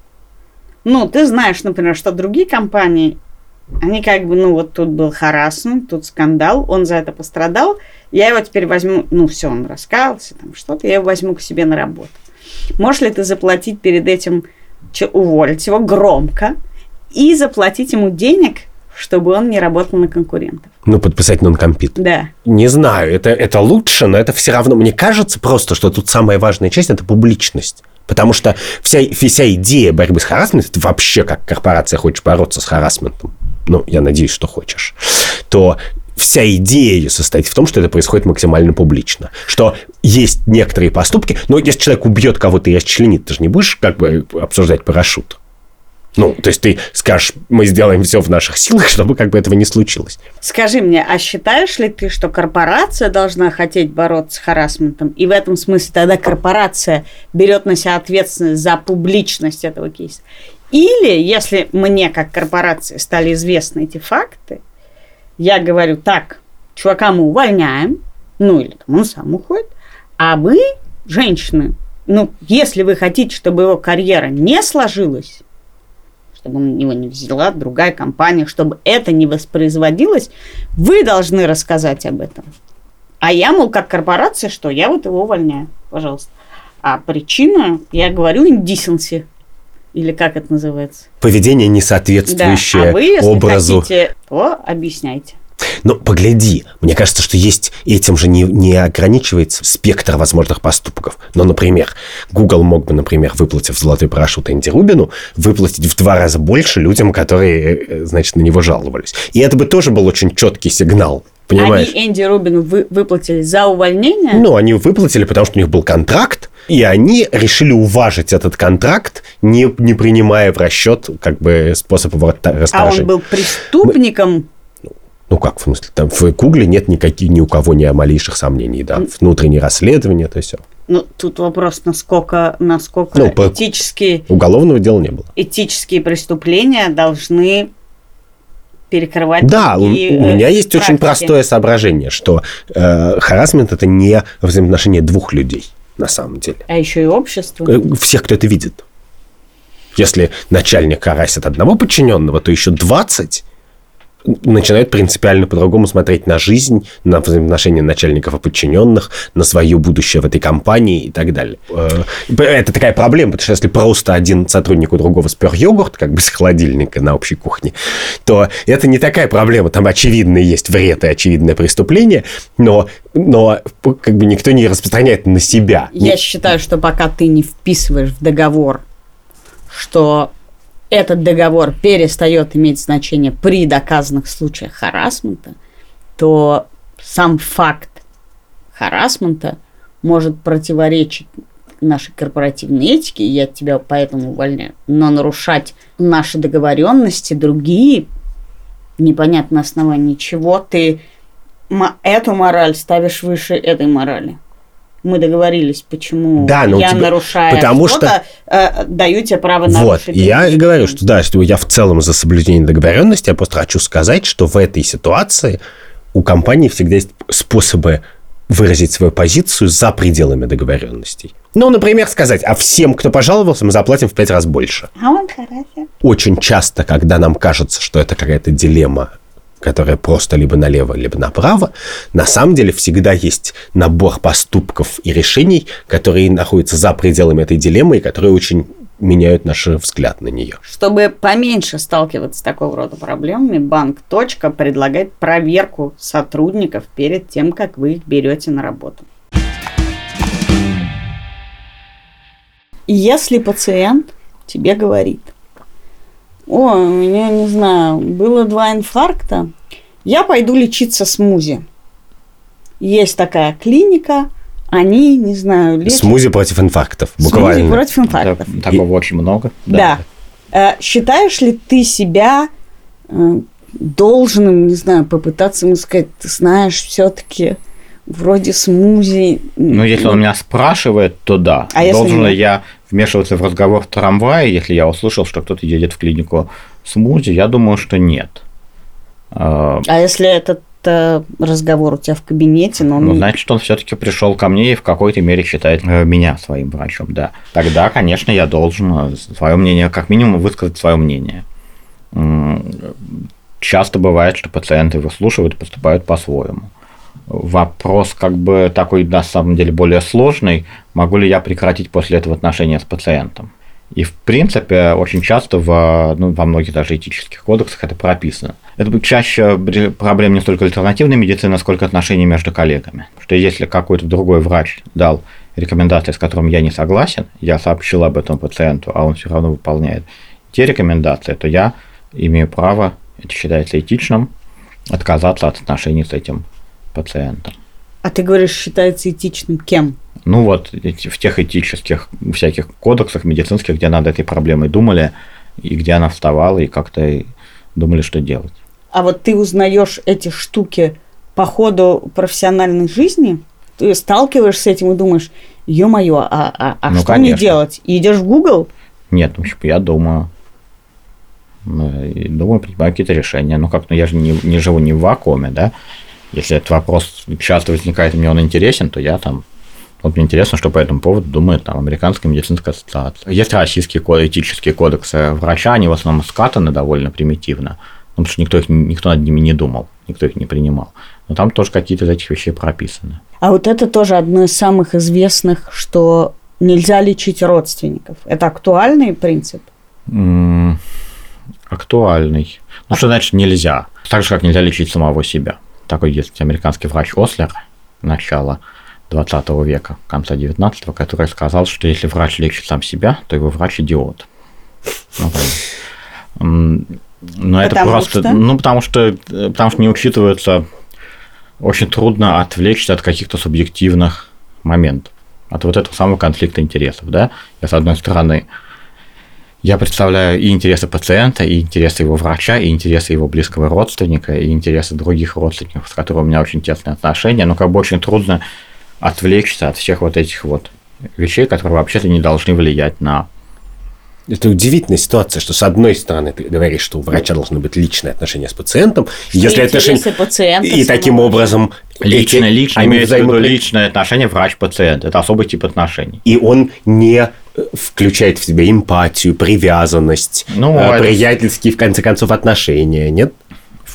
ты знаешь, например, что другие компании... Они тут был харассмент, тут скандал, он за это пострадал, я его теперь возьму, все, он раскаялся, что-то, я его возьму к себе на работу. Можешь ли ты заплатить перед этим, уволить его громко и заплатить ему денег, чтобы он не работал на конкурентов? Подписать нон-компит. Да. Не знаю, это лучше, но это все равно, мне кажется просто, что тут самая важная часть – это публичность. Потому что вся идея борьбы с харассментом, ты вообще как корпорация хочешь бороться с харассментом, я надеюсь, что хочешь, то вся идея ее состоит в том, что это происходит максимально публично. Что есть некоторые поступки, но если человек убьет кого-то и расчленит, ты же не будешь обсуждать парашют. То есть ты скажешь, мы сделаем все в наших силах, чтобы этого не случилось. Скажи мне, а считаешь ли ты, что корпорация должна хотеть бороться с харассментом? И в этом смысле тогда корпорация берет на себя ответственность за публичность этого кейса? Или, если мне, как корпорации, стали известны эти факты, я говорю, так, чувака мы увольняем, или он сам уходит, а вы, женщины, если вы хотите, чтобы его карьера не сложилась, чтобы его не взяла другая компания, чтобы это не воспроизводилось, вы должны рассказать об этом. А я, как корпорация, что я его увольняю, пожалуйста. А причина, я говорю, indecency, или как это называется? Поведение, не соответствующее образу. А вы, если хотите, то объясняйте. Погляди, мне кажется, что этим же не ограничивается спектр возможных поступков. Например, Google мог бы, выплатив золотой парашют Энди Рубину, выплатить в 2 раза больше людям, которые, на него жаловались. И это бы тоже был очень четкий сигнал. Понимаешь? Они Энди Рубину выплатили за увольнение? Они выплатили, потому что у них был контракт, и они решили уважить этот контракт, не принимая в расчет способ его расторжения. А он был преступником? Как, в смысле? Там в Гугле нет ни у кого ни малейших сомнений, да. Внутреннее расследование, то все. Тут вопрос, насколько этические... Уголовного дела не было. Этические преступления должны перекрывать... Да, у меня есть практики. Очень простое соображение, что харассмент – это не взаимоотношения 2 людей, на самом деле. А еще и общество. Всех, кто это видит. Если начальник харасит одного подчиненного, то еще 20... начинают принципиально по-другому смотреть на жизнь, на взаимоотношения начальников и подчиненных, на свое будущее в этой компании и так далее. Это такая проблема, потому что если просто один сотрудник у другого спер йогурт, как бы с холодильника на общей кухне, то это не такая проблема. Там очевидно есть вред и очевидное преступление, но как бы никто не распространяет на себя. Я считаю, что пока ты не вписываешь в договор, что этот договор перестает иметь значение при доказанных случаях харассмента, то сам факт харассмента может противоречить нашей корпоративной этике, и я тебя поэтому увольняю. Но нарушать наши договоренности, другие, непонятно на основании чего, ты эту мораль ставишь выше этой морали. Мы договорились, почему я, нарушая что-то, даю тебе право нарушить. Вот, я и говорю, что я в целом за соблюдение договоренности. Я просто хочу сказать, что в этой ситуации у компании всегда есть способы выразить свою позицию за пределами договоренностей. Ну, например, сказать, а всем, кто пожаловался, мы заплатим в 5 раз больше. Очень часто, когда нам кажется, что это какая-то дилемма, которая просто либо налево, либо направо, на самом деле всегда есть набор поступков и решений, которые находятся за пределами этой дилеммы и которые очень меняют наш взгляд на нее. Чтобы поменьше сталкиваться с такого рода проблемами, Банк. Предлагает проверку сотрудников перед тем, как вы их берете на работу. Если пациент тебе говорит: о, у меня, не знаю, было 2 инфаркта, я пойду лечиться смузи. Есть такая клиника, они, не знаю, лечат... Смузи против инфарктов, буквально. Смузи против инфарктов. Такого очень много. Да. Считаешь ли ты себя должным, не знаю, попытаться ему сказать, ты знаешь, все-таки вроде смузи... Ну, если он меня спрашивает, то да. А должен ли я вмешиваться в разговор в трамвае, если я услышал, что кто-то едет в клинику смузи? Я думаю, что нет. А если этот разговор у тебя в кабинете, но он... Ну, значит, он все-таки пришел ко мне и в какой-то мере считает меня своим врачом, да. Тогда, конечно, я должен свое мнение, как минимум, высказать свое мнение. Часто бывает, что пациенты выслушивают и поступают по-своему. Вопрос как бы такой, на самом деле, более сложный. Могу ли я прекратить после этого отношения с пациентом? И, в принципе, очень часто во многих даже этических кодексах это прописано. Это чаще проблема не столько альтернативной медицины, сколько отношений между коллегами. Что если какой-то другой врач дал рекомендации, с которыми я не согласен, я сообщил об этом пациенту, а он все равно выполняет те рекомендации, то я имею право, это считается этичным, отказаться от отношений с этим пациентом. А ты говоришь, считается этичным кем? Ну вот, в тех этических всяких кодексах медицинских, где над этой проблемой думали, и где она вставала, и как-то думали, что делать. А вот ты узнаешь эти штуки по ходу профессиональной жизни? Ты сталкиваешься с этим и думаешь, ё-моё, что конечно. Мне делать? И идешь в Google? Нет, я думаю. Принимаю какие-то решения. Я же не живу не в вакууме, да? Если этот вопрос часто возникает, и мне он интересен, то я там... Вот мне интересно, что по этому поводу думает Американская медицинская ассоциация. Есть российские этические кодексы врача, они в основном скатаны довольно примитивно, потому что никто над ними не думал, никто их не принимал. Но там тоже какие-то из этих вещей прописаны. А вот это тоже одно из самых известных, что нельзя лечить родственников. Это актуальный принцип? Актуальный. Что значит нельзя? Так же, как нельзя лечить самого себя. Такой есть американский врач Ослер, начала 20 века, конца 19-го, который сказал, что если врач лечит сам себя, то его врач идиот. Но это просто... Потому что не учитывается... Очень трудно отвлечься от каких-то субъективных моментов. От вот этого самого конфликта интересов, да? Я, с одной стороны, я представляю и интересы пациента, и интересы его врача, и интересы его близкого родственника, и интересы других родственников, с которыми у меня очень тесные отношения, но как бы очень трудно отвлечься от всех вот этих вот вещей, которые вообще-то не должны влиять на... Это удивительная ситуация, что с одной стороны ты говоришь, что у врача должно быть личное отношение с пациентом, если отношения... И таким образом... Личное имеется в виду личное отношение врач-пациент. Это особый тип отношений. И он не включает в себя эмпатию, привязанность, приятельские, в конце концов, отношения, нет?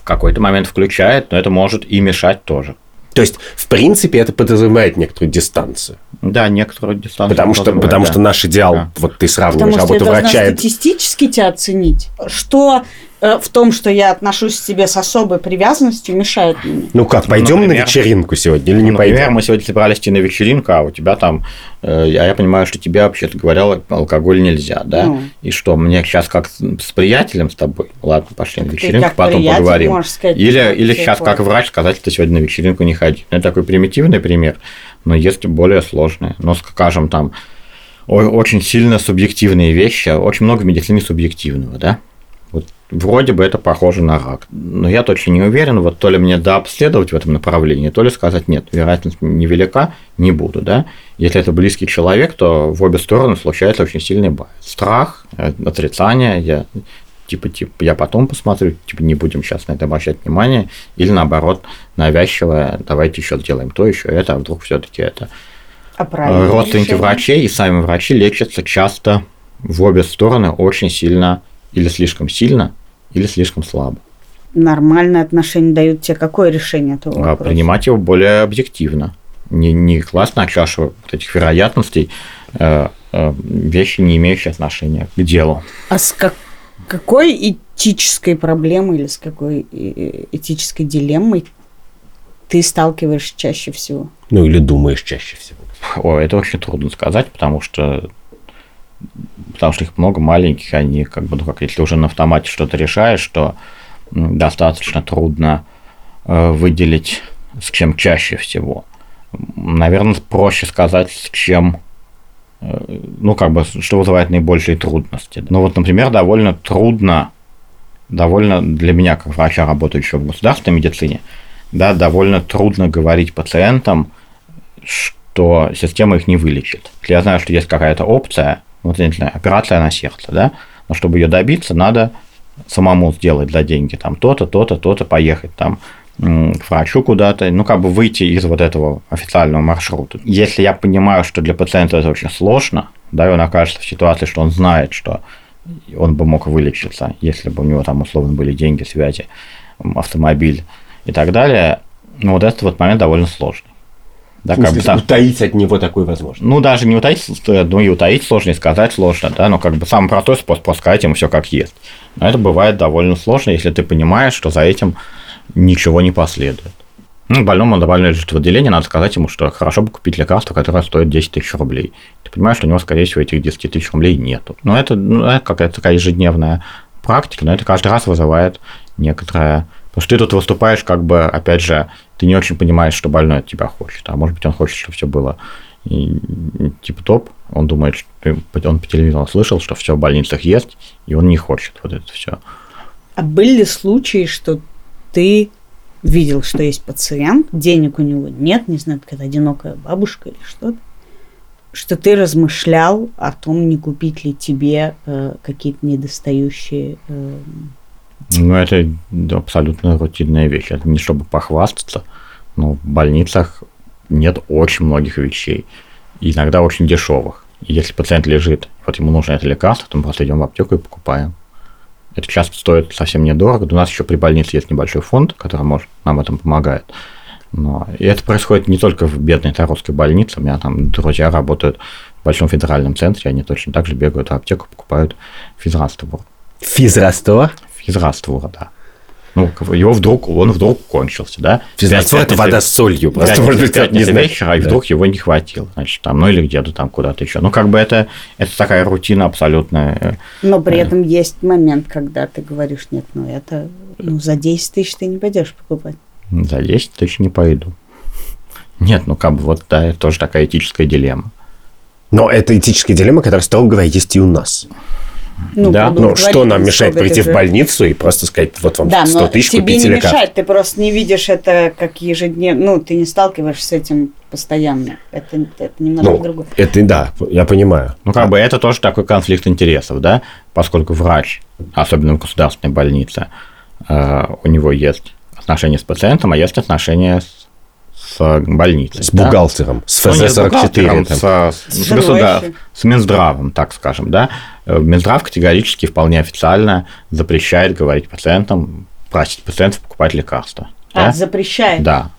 какой-то момент включает, но это может и мешать тоже. То есть, в принципе, это подразумевает некоторую дистанцию. Да, некоторую дистанцию. Потому что наш идеал, вот ты сравниваешь работу врача... Потому что я должна статистически тебя оценить. Что в том, что я отношусь к тебе с особой привязанностью, мешает мне? Ну как, пойдем на вечеринку сегодня или не пойдем? Например, мы сегодня собрались идти на вечеринку, а у тебя там... я понимаю, что тебе, вообще-то говоря, алкоголь нельзя, да? Ну. И что, мне сейчас как с приятелем с тобой? Ладно, пошли на вечеринку, потом поговорим. Сказать, или сейчас как врач сказать, что ты сегодня на вечеринку не ходи. Это такой примитивный пример, но есть более сложные. Но, скажем, там очень сильно субъективные вещи, очень много в медицине субъективного, да? Вот вроде бы это похоже на рак, но я точно не уверен, вот то ли мне дообследовать в этом направлении, то ли сказать нет, вероятность невелика, не буду, да. Если это близкий человек, то в обе стороны случается очень сильный байс. Страх, отрицание, я потом посмотрю, не будем сейчас на это обращать внимание, или наоборот, навязчивое, давайте еще сделаем то, еще это, а вдруг все-таки это. Родственники врачей и сами врачи лечатся часто в обе стороны очень сильно. Или слишком сильно, или слишком слабо. Нормальные отношения дают тебе какое решение этого вопроса? Принимать его более объективно. Не класть на чашу вот этих вероятностей вещи, не имеющие отношения к делу. А с какой этической проблемой или с какой этической дилеммой ты сталкиваешься чаще всего? Ну, или думаешь чаще всего? Это очень трудно сказать, потому что их много маленьких, они если уже на автомате что-то решаешь, то достаточно трудно выделить, с чем чаще всего. Наверное, проще сказать, с чем, что вызывает наибольшие трудности. Например, довольно трудно, для меня, как врача, работающего в государственной медицине, да, довольно трудно говорить пациентам, что система их не вылечит. Если я знаю, что есть какая-то опция, не знаю, операция на сердце, да, но чтобы ее добиться, надо самому сделать за деньги там то-то, то-то, то-то, поехать там к врачу куда-то, выйти из вот этого официального маршрута. Если я понимаю, что для пациента это очень сложно, да, и он окажется в ситуации, что он знает, что он бы мог вылечиться, если бы у него там условно были деньги, связи, автомобиль и так далее, этот момент довольно сложный. Да, утаить от него такую возможность. Даже не утаить, и утаить сложно, и сказать сложно, да, но самый простой способ сказать ему все как есть. Но это бывает довольно сложно, если ты понимаешь, что за этим ничего не последует. Больному лежит в отделении, надо сказать ему, что хорошо бы купить лекарство, которое стоит 10 тысяч рублей. Ты понимаешь, что у него, скорее всего, этих 10 тысяч рублей нету. Это какая-то такая ежедневная практика, но это каждый раз вызывает некоторое... Потому что ты тут выступаешь, опять же, ты не очень понимаешь, что больной от тебя хочет. А может быть, он хочет, чтобы все было топ. Он думает, что он по телевизору слышал, что все в больницах есть, и он не хочет вот это все. А были случаи, что ты видел, что есть пациент, денег у него нет, не знаю, какая-то одинокая бабушка или что-то, что ты размышлял о том, не купить ли тебе какие-то недостающие... это абсолютно рутинная вещь. Это не чтобы похвастаться, но в больницах нет очень многих вещей. И иногда очень дешевых. И если пациент лежит, ему нужно это лекарство, то мы просто идем в аптеку и покупаем. Это часто стоит совсем недорого. У нас еще при больнице есть небольшой фонд, который нам в этом помогает. И это происходит не только в бедной Таровской больнице. У меня там друзья работают в большом федеральном центре, они точно так же бегают в аптеку, покупают физраствор. Физраствор? Физраствор, да. Он вдруг кончился, да. Физраствор – это вода с солью. Просто, может быть, не вечера, и вдруг его не хватило. Значит, или где-то там куда-то еще. Это такая рутина абсолютная. Но при этом есть момент, когда ты говоришь, нет, за 10 тысяч ты не пойдешь покупать. За 10 тысяч не пойду. Нет, это тоже такая этическая дилемма. Но это этическая дилемма, которая, строго говоря, есть и у нас. Что нам мешает прийти в больницу и просто сказать, вот вам 100 тысяч, купите лекарство? Тебе не мешает, ты просто не видишь это как ежедневно, ты не сталкиваешься с этим постоянно. Это немножко другое. Это, да, я понимаю. Это тоже такой конфликт интересов, да, поскольку врач, особенно в государственной больнице, у него есть отношения с пациентом, а есть отношения с больницей. С бухгалтером, с ФЗ-44. С Минздравом, так скажем, да. Минздрав категорически, вполне официально запрещает говорить пациентам, просить пациентов покупать лекарства. Запрещает? Да.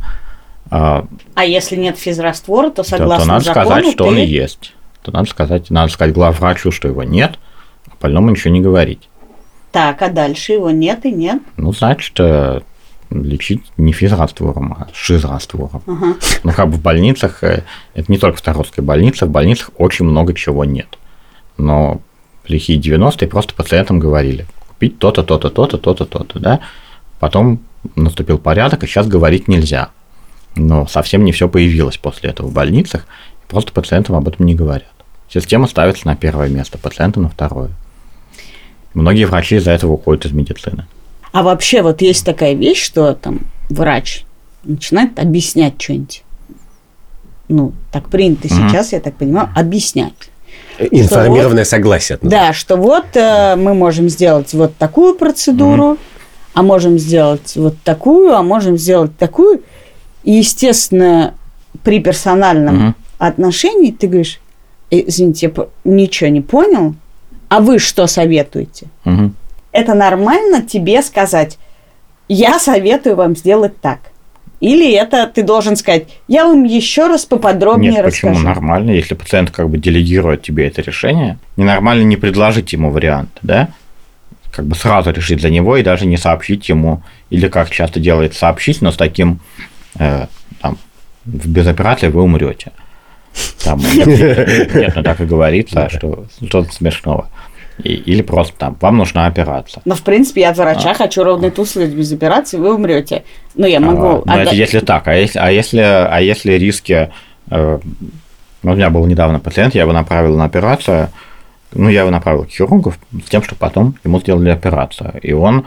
А если нет физраствора, то согласно то надо закону сказать, что он есть. То надо сказать главврачу, что его нет, а больному ничего не говорить. Так, а дальше его нет и нет? Ну, значит, лечить не физраствором, а шизраствором. Ага. Ну, как бы в больницах, это не только в Стародской больнице, в больницах очень много чего нет. Но в лихие 90-е просто пациентам говорили, купить то-то, то-то, то-то, то-то, то-то, да? Потом наступил порядок, и сейчас говорить нельзя. Но совсем не все появилось после этого в больницах, и просто пациентам об этом не говорят. Система ставится на первое место, пациенты на второе. Многие врачи из-за этого уходят из медицины. А вообще вот есть такая вещь, что там врач начинает объяснять что-нибудь. Ну, так принято сейчас, я так понимаю, объяснять. Информированное согласие. Да, что вот мы можем сделать вот такую процедуру, а можем сделать вот такую, а можем сделать такую. И, естественно, при персональном отношении ты говоришь, извините, я ничего не понял, а вы что советуете? Это нормально тебе сказать, я советую вам сделать так. Или это ты должен сказать, я вам еще раз поподробнее расскажу. Почему нормально, если пациент как бы делегирует тебе это решение? Ненормально не предложить ему вариант, да? Как бы сразу решить за него и даже не сообщить ему, или как часто делает, сообщить, но с таким, там, без операции вы умрете. Там, нет, ну так и говорится, что что-то смешного. Или просто там, вам нужна операция. Но, в принципе, я от врача хочу ровный туз сказать, без операции вы умрете. Ну, я могу... Но это если так. А если риски... У меня был недавно пациент, я его направил на операцию, я его направил к хирургу с тем, чтобы потом ему сделали операцию. И он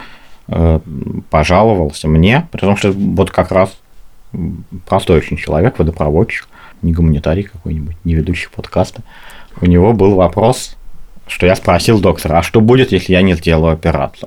пожаловался мне, потому что вот как раз простой очень человек, водопроводчик, не гуманитарий какой-нибудь, не ведущий подкаста. У него был вопрос... что я спросил доктора, а что будет, если я не сделаю операцию?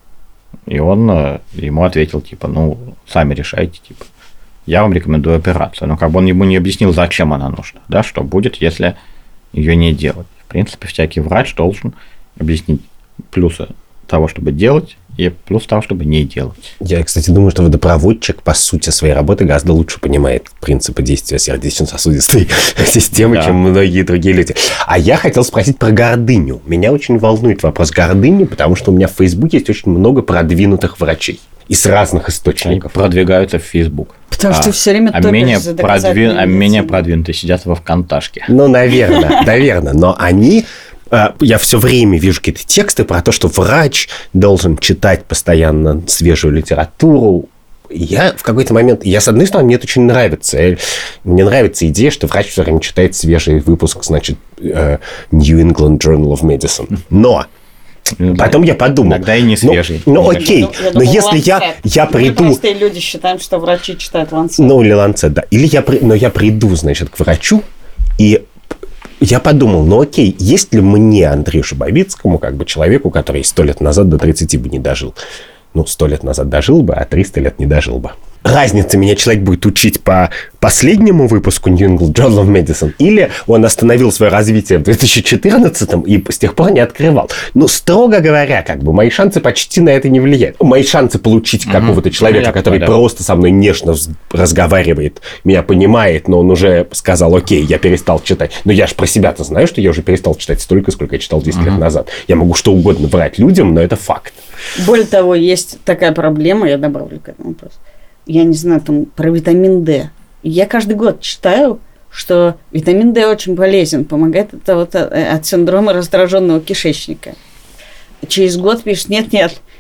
И он ему ответил, типа, сами решайте, типа, я вам рекомендую операцию. Но как бы он ему не объяснил, зачем она нужна, да, что будет, если ее не делать. В принципе, всякий врач должен объяснить плюсы того, чтобы делать, и плюс того, чтобы не делать. Я, кстати, думаю, что водопроводчик, по сути своей работы, гораздо лучше понимает принципы действия сердечно-сосудистой системы, чем многие другие люди. А я хотел спросить про гордыню. Меня очень волнует вопрос гордыни, потому что у меня в Фейсбуке есть очень много продвинутых врачей. И с разных источников. Они продвигаются в Фейсбук. Потому что все время топишь за доказательную медицину. Менее продвинутые сидят во ВКонташке. Ну, наверное. Но они... Я все время вижу какие-то тексты про то, что врач должен читать постоянно свежую литературу. Я в какой-то момент... с одной стороны, мне это очень нравится. Мне нравится идея, что врач все время читает свежий выпуск, значит, New England Journal of Medicine. Но... Потом я подумал. Иногда и не свежий. Окей. Но если я приду... Мы простые люди считаем, что врачи читают Lancet. Или Lancet, да. Но я приду, значит, к врачу, и я подумал, окей, есть ли мне, Андрею Шабовицкому, как бы человеку, который 100 лет назад до 30 бы не дожил. 100 лет назад дожил бы, а 300 лет не дожил бы. Разница, меня человек будет учить по последнему выпуску New England Journal of Medicine, или он остановил свое развитие в 2014 и с тех пор не открывал. Строго говоря, как бы мои шансы почти на это не влияют. Мои шансы получить какого-то человека, который просто со мной нежно разговаривает, меня понимает, но он уже сказал, окей, я перестал читать. Но я же про себя-то знаю, что я уже перестал читать столько, сколько я читал 10 лет назад. Я могу что угодно врать людям, но это факт. Более того, есть такая проблема, я добавлю к этому вопрос. Я не знаю, там, про витамин D. Я каждый год читаю, что витамин D очень полезен, помогает от синдрома раздраженного кишечника. Через год пишет, нет,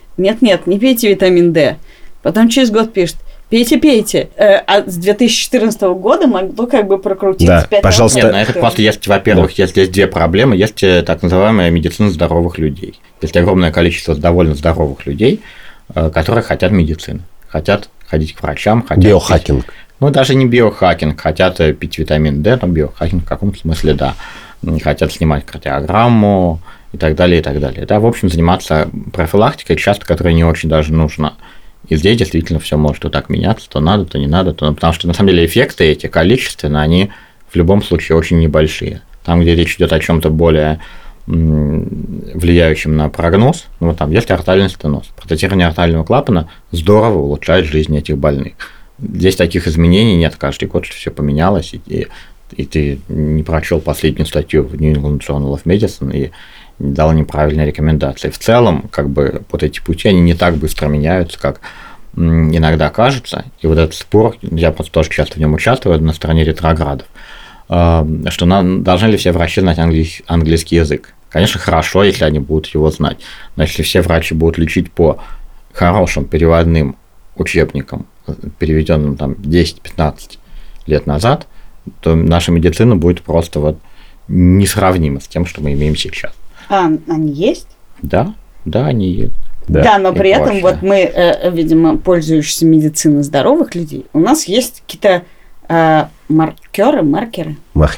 не пейте витамин D. Потом через год пишет, пейте. А с 2014 года могло как бы прокрутиться 5 раз. Пожалуйста. Нет, это просто есть, во-первых, есть две проблемы. Есть так называемая медицина здоровых людей. Есть огромное количество довольно здоровых людей, которые хотят медицины. Хотят ходить к врачам. Биохакинг. Даже не биохакинг. Хотят пить витамин D, но биохакинг в каком-то смысле, да. Хотят снимать кардиограмму и так далее, и так далее. Да, в общем, заниматься профилактикой, часто, которая не очень даже нужна. И здесь действительно все может вот так меняться, то надо, то не надо. Потому что, на самом деле, эффекты эти количественно, они в любом случае очень небольшие. Там, где речь идет о чем-то более влияющим на прогноз. Ну, вот там есть артальный стеноз. Протезирование артального клапана здорово улучшает жизнь этих больных. Здесь таких изменений нет. Каждый год все поменялось, и ты не прочел последнюю статью в New England Journal of Medicine и не дал неправильные рекомендации. В целом, как бы вот эти пути, они не так быстро меняются, как иногда кажется. И вот этот спор, я просто тоже часто в нем участвую на стороне ретроградов, что должны ли все врачи знать английский язык. Конечно, хорошо, если они будут его знать. Но если все врачи будут лечить по хорошим переводным учебникам, переведенным там 10-15 лет назад, то наша медицина будет просто вот несравнима с тем, что мы имеем сейчас. А они есть? Да, они есть. Да, но при этом вот мы, видимо, пользующиеся медициной здоровых людей, у нас есть какие-то маркеры. Маркеры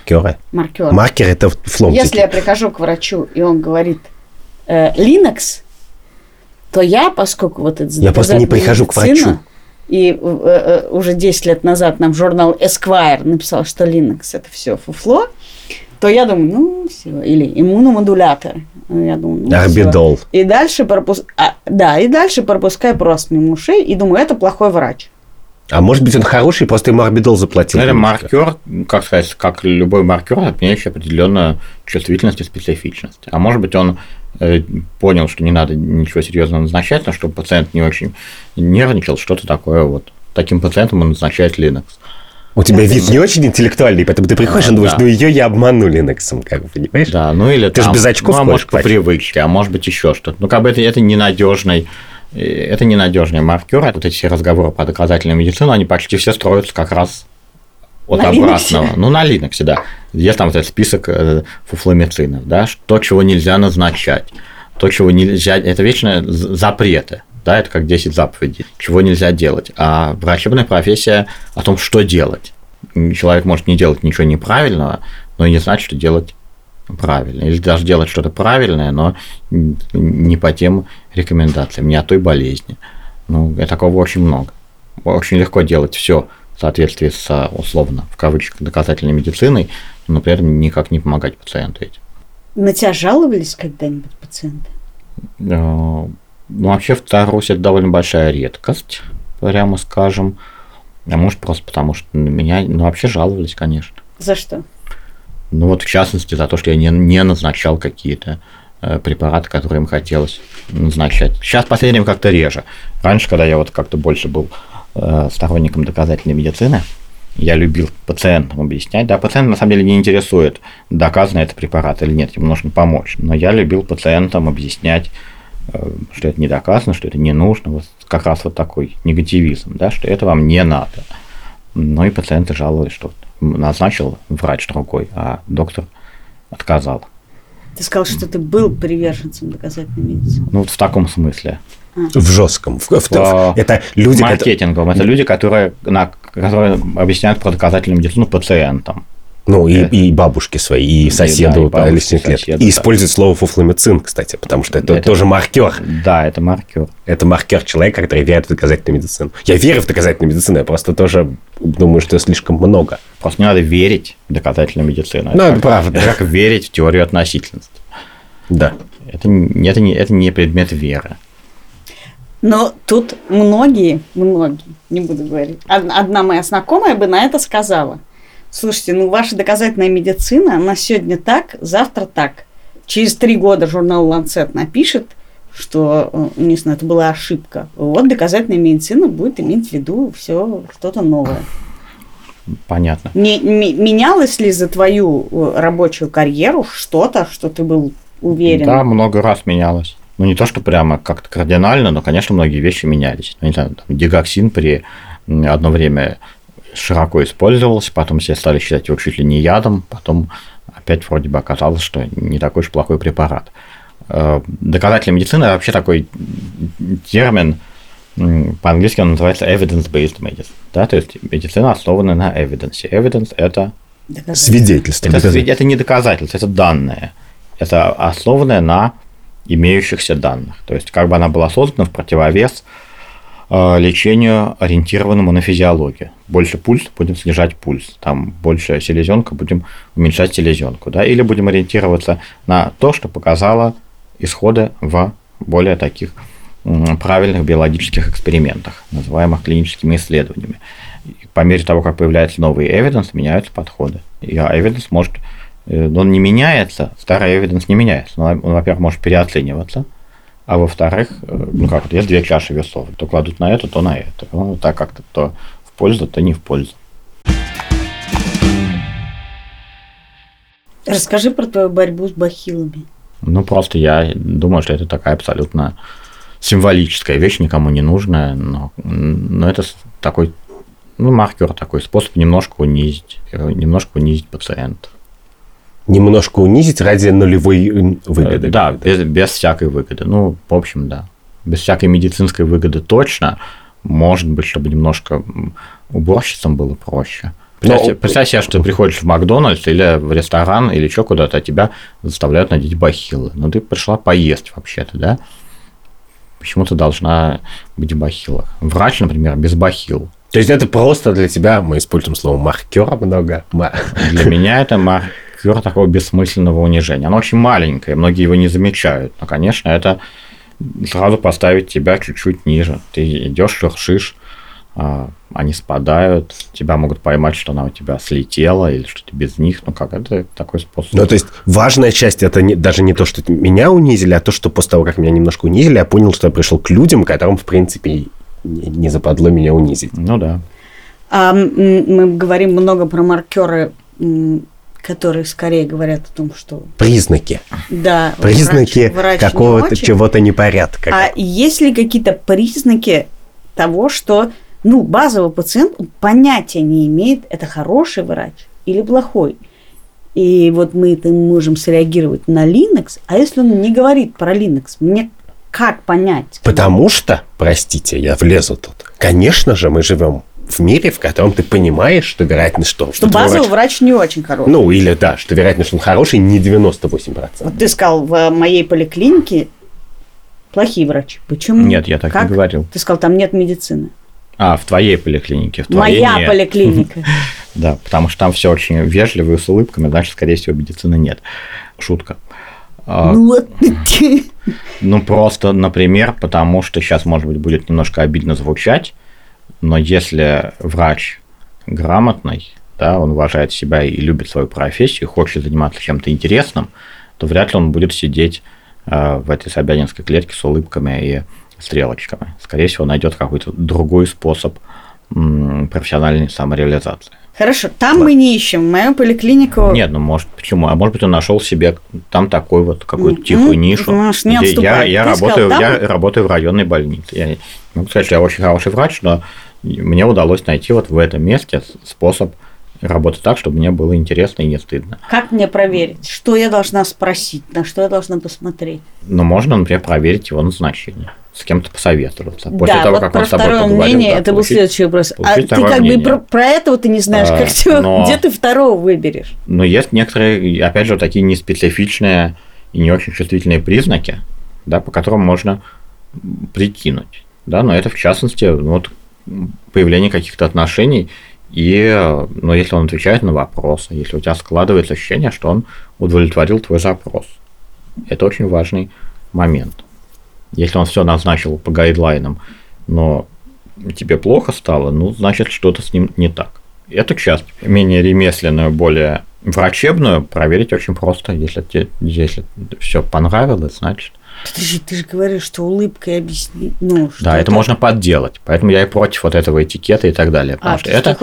– это фломтики. Если я прихожу к врачу, и он говорит Linux, то я, поскольку вот это... Я просто не прихожу к врачу. И уже 10 лет назад нам журнал Esquire написал, что Linux – это все фуфло, то я думаю, все. Или иммуномодуляторы. Я думаю, Орбидол. Всё. И дальше пропускаю просто мимо ушей и думаю, это плохой врач. А может быть, он хороший, просто ему орбидол заплатил. Это маркер, как сказать, как любой маркер, отменяющий определенную чувствительность и специфичность. А может быть, он понял, что не надо ничего серьезного назначать, но чтобы пациент не очень нервничал, что-то такое вот. Таким пациентам он назначает Linux. У тебя вид не очень интеллектуальный, поэтому ты приходишь и думаешь, ее я обману Linux, как бы, понимаешь? Да, ну или ты же без очков, а может, по привычке, а может быть, еще что-то. Ну, как бы это ненадежный маркер. Вот эти все разговоры по доказательной медицине, они почти все строятся как раз от обратного. Ну, на Linux, да. Есть там вот этот список фуфломицинов, да, то, чего нельзя назначать, то, чего нельзя, это вечные запреты. Да, это как 10 заповедей, чего нельзя делать. А врачебная профессия о том, что делать. Человек может не делать ничего неправильного, но и не знать, что делать правильно. Или даже делать что-то правильное, но не по тем рекомендациям, не о той болезни. Ну, такого очень много. Очень легко делать все в соответствии с, условно, в кавычках, доказательной медициной, но при этом никак не помогать пациенту этим. На тебя жаловались когда-нибудь пациенты? Ну, вообще, в Тарусе это довольно большая редкость, прямо скажем. А может, просто потому, что на меня, вообще жаловались, конечно. За что? Ну, вот в частности, за то, что я не назначал какие-то препараты, которые им хотелось назначать. Сейчас в последнее время как-то реже. Раньше, когда я вот как-то больше был сторонником доказательной медицины, я любил пациентам объяснять. Да, пациент на самом деле не интересует, доказан это препарат или нет, ему нужно помочь. Но я любил пациентам объяснять, что это не доказано, что это не нужно. Вот как раз вот такой негативизм, да, что это вам не надо. Ну и пациенты жаловались, что назначил врач другой, а доктор отказал. Ты сказал, что ты был приверженцем доказательной медицины. Ну, вот в таком смысле. В жестком. Это люди, маркетинговом. Это люди, которые объясняют про доказательную медицину пациентам. Ну, и бабушки свои, и соседу по лишних лет. И используют слово фуфломицин, кстати, потому что это тоже маркер. Да, это маркер. Это маркер человека, который верит в доказательную медицину. Я верю в доказательную медицину, я просто тоже думаю, что слишком много. Просто не надо верить в доказательную медицину. Ну, это правда. Это как верить в теорию относительности. Да. Это не предмет веры. Но тут многие, не буду говорить, одна моя знакомая бы на это сказала. Слушайте, ваша доказательная медицина, она сегодня так, завтра так. Через 3 года журнал Lancet напишет, что, не знаю, это была ошибка. Вот доказательная медицина будет иметь в виду все что-то новое. Понятно. Менялось ли за твою рабочую карьеру что-то, что ты был уверен? Да, много раз менялось. Ну, не то, что прямо как-то кардинально, но, конечно, многие вещи менялись. Ну, не знаю, дигоксин при одно время широко использовался, потом все стали считать его чуть ли не ядом, потом опять вроде бы оказалось, что не такой уж плохой препарат. Доказательная медицина – это вообще такой термин, по-английски он называется evidence-based medicine, да, то есть медицина основана на evidence. Evidence – это свидетельство. Это не доказательство, это данные. Это основанное на имеющихся данных. То есть, как бы она была создана в противовес лечению, ориентированному на физиологию. Больше пульс, будем снижать пульс. Там больше селезенка, будем уменьшать селезенку. Да? Или будем ориентироваться на то, что показало исходы в более таких правильных биологических экспериментах, называемых клиническими исследованиями. И по мере того, как появляется новый evidence, меняются подходы. И evidence может... Он не меняется, старый evidence не меняется. Он, во-первых, может переоцениваться, а во-вторых, есть две чаши весов. То кладут на это, то на это. Так как-то то в пользу, то не в пользу. Расскажи про твою борьбу с бахилами. Просто я думаю, что это такая абсолютно символическая вещь, никому не нужная, но это такой, маркер, такой способ немножко унизить пациента. Немножко унизить ради нулевой выгоды. Да, без всякой выгоды. В общем, да. Без всякой медицинской выгоды точно. Может быть, чтобы немножко уборщицам было проще. Представь себе, что ты приходишь в Макдональдс или в ресторан, или еще куда-то, а тебя заставляют надеть бахилы. Ты пришла поесть вообще-то, да? Почему ты должна быть в бахилах? Врач, например, без бахил. То есть это просто для тебя, мы используем слово маркер много. Для меня это маркер такого бессмысленного унижения. Оно очень маленькое, многие его не замечают. Но, конечно, это сразу поставить тебя чуть-чуть ниже. Ты идешь, шуршишь, они спадают, тебя могут поймать, что она у тебя слетела, или что ты без них. Это такой способ. То есть важная часть это даже не то, что меня унизили, а то, что после того, как меня немножко унизили, я понял, что я пришел к людям, которым, в принципе, не западло меня унизить. Да. Мы говорим много про маркеры, которые скорее говорят о том, что... Признаки. Да. Признаки врач какого-то чего-то непорядка. А есть ли какие-то признаки того, что базовый пациент понятия не имеет, это хороший врач или плохой? И мы можем среагировать на Linux, а если он не говорит про Linux, мне как понять? Потому что, простите, я влезу тут, конечно же, мы живем в мире, в котором ты понимаешь, что вероятность, что базовый врач не очень хороший. Или да, что вероятность, что он хороший, не 98%. Ты сказал, в моей поликлинике плохие врачи. Почему? Нет, я так не говорил. Ты сказал, там нет медицины. В твоей поликлинике. Моя поликлиника. Да, потому что там все очень вежливо и с улыбками, значит, скорее всего, медицины нет. Шутка. Просто, например, потому что сейчас, может быть, будет немножко обидно звучать, но если врач грамотный, да, он уважает себя и любит свою профессию, хочет заниматься чем-то интересным, то вряд ли он будет сидеть в этой собянинской клетке с улыбками и стрелочками. Скорее всего, найдет какой-то другой способ профессиональной самореализации. Хорошо, там мы не ищем, мою поликлинику... Нет, может, почему? А может быть, он нашел себе там такой какую-то тихую нишу. Я работаю в районной больнице. Я не могу сказать, что я очень хороший врач, но мне удалось найти в этом месте способ работать так, чтобы мне было интересно и не стыдно. Как мне проверить? Что я должна спросить? На что я должна посмотреть? Можно, например, проверить его назначение. С кем-то посоветоваться. После того, как он с тобой поговорил. Мнение, это был следующий вопрос. А ты про этого ты не знаешь, где ты второго выберешь? Есть некоторые, опять же, такие неспецифичные и не очень чувствительные признаки, да, по которым можно прикинуть. Да, но это, в частности, появление каких-то отношений, и если он отвечает на вопросы, если у тебя складывается ощущение, что он удовлетворил твой запрос. Это очень важный момент. Если он все назначил по гайдлайнам, но тебе плохо стало, значит, что-то с ним не так. Эту часть, менее ремесленную, более врачебную, проверить очень просто. Если все понравилось, значит... Ты же говоришь, что улыбкой объясни. Да, это можно подделать. Поэтому я и против этого этикета и так далее. Потому что это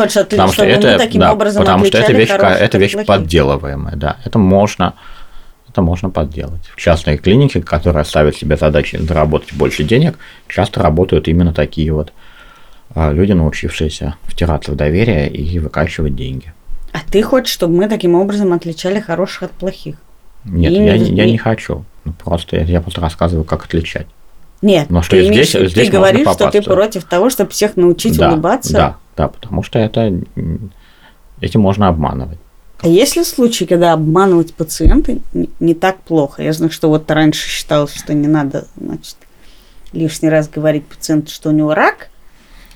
вещь подделываемая. Да, это можно подделать. В частной клинике, которые ставят себе задачи заработать больше денег, часто работают именно такие люди, научившиеся втираться в доверие и выкачивать деньги. А ты хочешь, чтобы мы таким образом отличали хороших от плохих? Нет, я не хочу. Я просто рассказываю, как отличать. Нет, но что здесь ты говоришь, что ты против того, чтобы всех научить улыбаться? Да, потому что этим можно обманывать. А есть ли случаи, когда обманывать пациента не так плохо? Я знаю, что раньше считалось, что не надо, лишний раз говорить пациенту, что у него рак,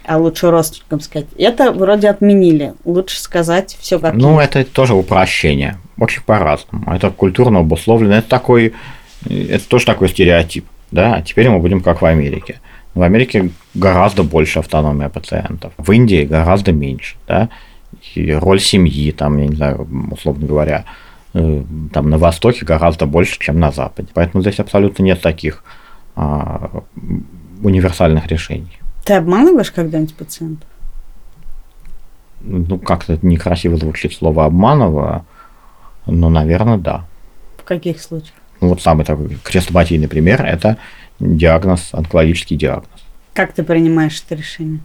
А лучше родственникам сказать. Это вроде отменили. Лучше сказать все как есть. Это тоже упрощение. Очень по-разному. Это культурно обусловлено. Это тоже такой стереотип. Да? А теперь мы будем как в Америке. В Америке гораздо больше автономия пациентов. В Индии гораздо меньше. Да? И роль семьи, там, я не знаю, условно говоря, там на Востоке гораздо больше, чем на Западе. Поэтому здесь абсолютно нет таких универсальных решений. Ты обманываешь когда-нибудь пациентов? Как-то некрасиво звучит слово «обманываю», но, наверное, да. В каких случаях? Самый такой хрестоматийный пример – это диагноз, онкологический диагноз. Как ты принимаешь это решение?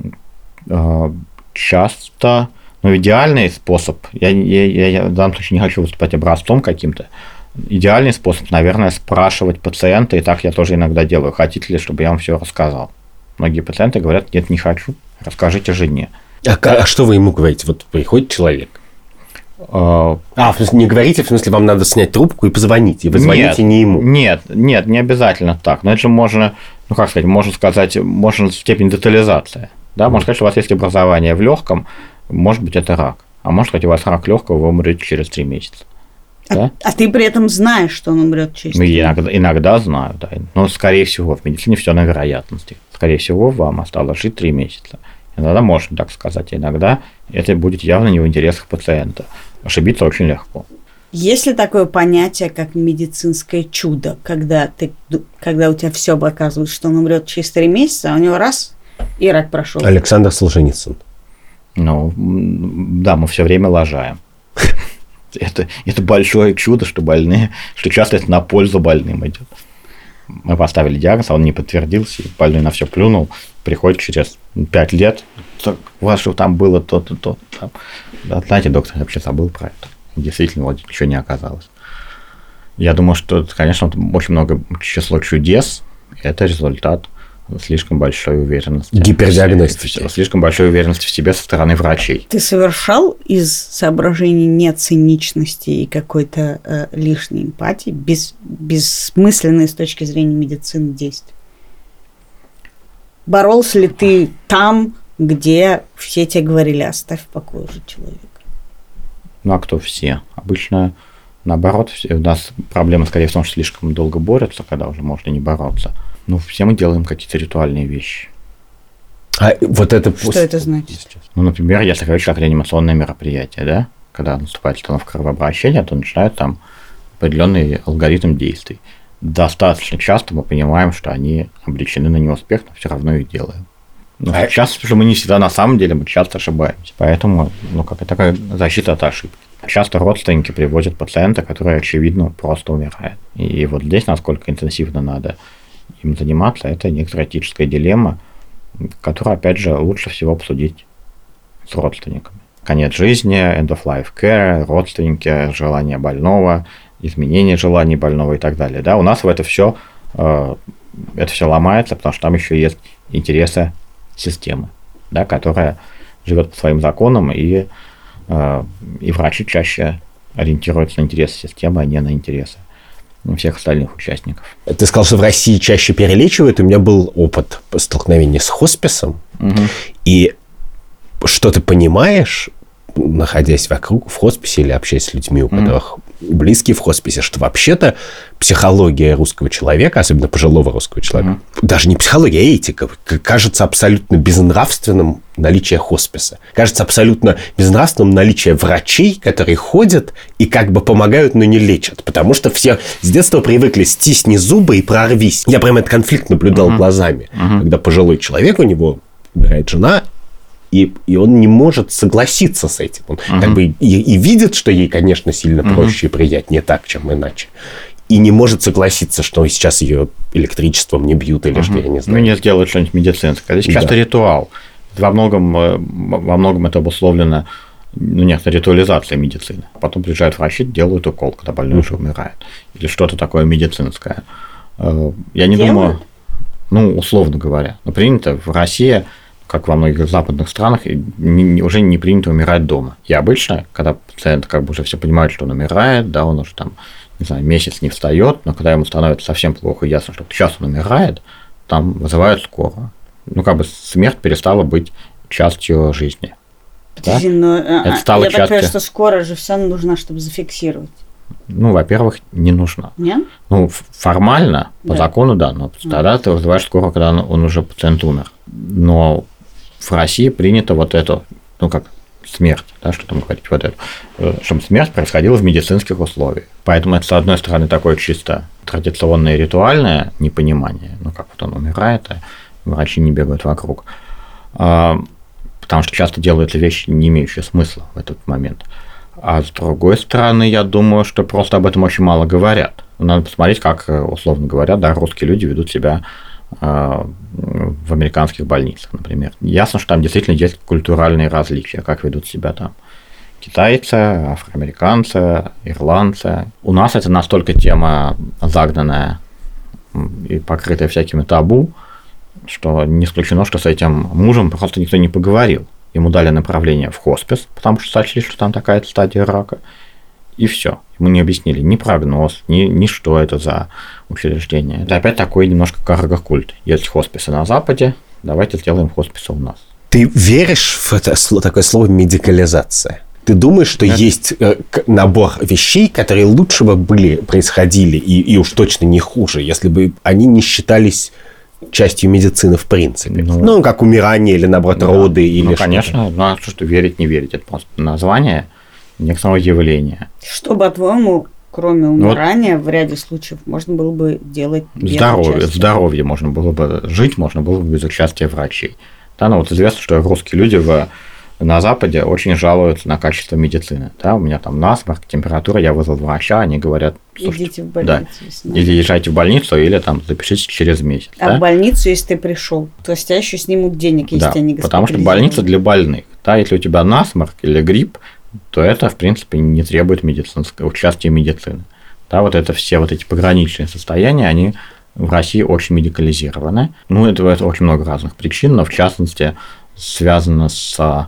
Часто, идеальный способ, я в данном случае не хочу выступать образцом каким-то, идеальный способ, наверное, спрашивать пациента, и так я тоже иногда делаю, хотите ли, чтобы я вам все рассказал. Многие пациенты говорят, нет, не хочу, расскажите жене. А что вы ему говорите? Вот приходит человек. В смысле, не говорите, в смысле, вам надо снять трубку и позвонить, и вы звоните не ему. Нет, не обязательно так. Но это же можно, можно степень детализации. Да? Можно сказать, что у вас есть образование в легком, может быть, это рак. А может быть, у вас рак легкого, вы умрете через 3 месяца. Да? А ты при этом знаешь, что он умрет через 3 месяца? Иногда знаю, да. Но, скорее всего, в медицине все на вероятности. Скорее всего, вам осталось жить 3 месяца. Иногда можно так сказать, а иногда это будет явно не в интересах пациента. Ошибиться очень легко. Есть ли такое понятие, как медицинское чудо, когда у тебя все оказывается, что он умрет через 3 месяца, а у него раз и рак прошел? Александр Солженицын. Да, мы все время лажаем. Это большое чудо, что часто это на пользу больным идет. Мы поставили диагноз, а он не подтвердился, и больной на все плюнул, приходит через 5 лет, у вас что там было то-то, то-то. Да, знаете, доктор, я вообще забыл про это. Действительно, ничего не оказалось. Я думаю, что, конечно, очень много число чудес, это результат слишком большой уверенности. Гипердиагностики. Слишком большой уверенности в себе со стороны врачей. Ты совершал из соображений нециничности и какой-то лишней эмпатии бессмысленные с точки зрения медицины действия? Боролся ли ты там, где все тебе говорили, оставь в покое уже человека? А кто все? Обычно наоборот, у нас проблема скорее в том, что слишком долго борются, когда уже можно не бороться. Все мы делаем какие-то ритуальные вещи. Что это значит? Например, если говорить как реанимационное мероприятие, да, когда наступает остановка кровообращения, то начинают там определенный алгоритм действий. Достаточно часто мы понимаем, что они обречены на неуспех, но все равно их делаем. Часто, потому что мы не всегда на самом деле, мы часто ошибаемся. Поэтому, такая защита от ошибки. Часто родственники приводят пациента, который, очевидно, просто умирает. И вот здесь, насколько интенсивно надо им заниматься, это некоторая этическая дилемма, которую, опять же, лучше всего обсудить с родственниками. Конец жизни, end of life care, родственники, желание больного, изменение желаний больного и так далее. Да, у нас это все ломается, потому что там еще есть интересы системы, да, которая живет по своим законам, и врачи чаще ориентируются на интересы системы, а не на интересы всех остальных участников. Ты сказал, что в России чаще перелечивают. У меня был опыт столкновения с хосписом. Угу. И что ты понимаешь, находясь вокруг в хосписе или общаясь с людьми, у которых близкие в хосписе, что вообще-то психология русского человека, особенно пожилого русского человека, даже не психология, а этика, кажется абсолютно безнравственным наличие хосписа. Кажется абсолютно безнравственным наличие врачей, которые ходят и как бы помогают, но не лечат. Потому что все с детства привыкли: стисни зубы и прорвись. Я прям этот конфликт наблюдал глазами. Когда пожилой человек, у него умирает жена, и он не может согласиться с этим. Он как бы и видит, что ей, конечно, сильно проще и приятнее так, чем иначе. И не может согласиться, что сейчас ее электричеством не бьют или что, я не знаю. Не сделают что-нибудь медицинское. Здесь часто ритуал. Во многом это обусловлено некоторой ритуализацией медицины. Потом приезжают врачи, делают укол, когда больной уже умирает. Или что-то такое медицинское. Я не думаю, условно говоря. Но принято в России, как во многих западных странах, уже не принято умирать дома. И обычно, когда пациент как бы уже все понимает, что он умирает, да, он уже там, не знаю, месяц не встает, но когда ему становится совсем плохо и ясно, что сейчас он умирает, там вызывают скорую. смерть перестала быть частью жизни. Подожди, да? Это стало я так понимаю, что скоро же все нужно, чтобы зафиксировать. Во-первых, не нужно. Нет? Формально, по закону, да, но тогда ты вызываешь скоро, когда он уже пациент умер. Но в России принято эту, смерть, да, что там говорить, чтобы смерть происходила в медицинских условиях. Поэтому это, с одной стороны, такое чисто традиционное и ритуальное непонимание, он умирает, а врачи не бегают вокруг. Потому что часто делаются вещи, не имеющие смысла в этот момент. А с другой стороны, я думаю, что просто об этом очень мало говорят. Надо посмотреть, как, условно говоря, русские люди ведут себя в американских больницах, например. Ясно, что там действительно есть культуральные различия, как ведут себя там китайцы, афроамериканцы, ирландцы. У нас это настолько тема загнанная и покрытая всякими табу, что не исключено, что с этим мужем просто никто не поговорил. Ему дали направление в хоспис, потому что сочли, что там такая-то стадия рака. И все. Ему не объяснили ни прогноз, ни что это за учреждение. Это опять такой немножко карго-культ. Есть хосписы на Западе, давайте сделаем хосписы у нас. Ты веришь в такое слово «медикализация»? Ты думаешь, что есть набор вещей, которые лучше бы происходили, и уж точно не хуже, если бы они не считались частью медицины в принципе? Как умирание или, наоборот, роды. Или конечно. Что верить, не верить. Это просто название некоторого явления. Что, по-твоему, кроме умирания, в ряде случаев можно было бы делать без участия? Здоровье можно было бы, жить можно было бы без участия врачей. Да, известно, что русские люди на Западе очень жалуются на качество медицины. Да, у меня там насморк, температура, я вызвал врача, они говорят: идите в больницу. Да, или езжайте в больницу, или запишитесь через месяц. В больницу, если ты пришел, то с тебя еще снимут денег, если тебя не госпитализируют. Потому что больница для больных. Да, если у тебя насморк или грипп, то это, в принципе, не требует участия медицины. Да, это все эти пограничные состояния, они в России очень медикализированы. Это очень много разных причин, но в частности связано с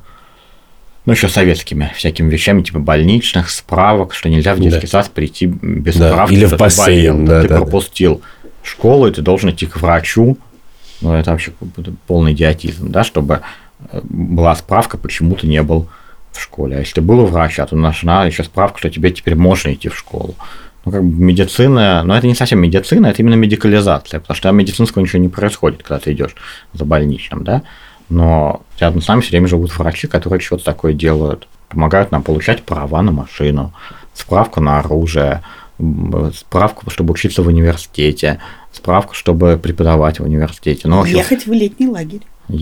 еще советскими всякими вещами, типа больничных, справок, что нельзя в детский сад прийти без справки. Или в бассейн. Ты пропустил школу, и ты должен идти к врачу. Это вообще полный идиотизм, да, чтобы была справка, почему ты не был в школе. А если ты был у врача, то нужна еще справка, что тебе теперь можно идти в школу. Медицина, это не совсем медицина, это именно медикализация, потому что там медицинского ничего не происходит, когда ты идешь за больничным, да. Но рядом с нами все время живут врачи, которые что-то такое делают, помогают нам получать права на машину, справку на оружие, справку, чтобы учиться в университете, справку, чтобы преподавать в университете. Ехать в летний лагерь.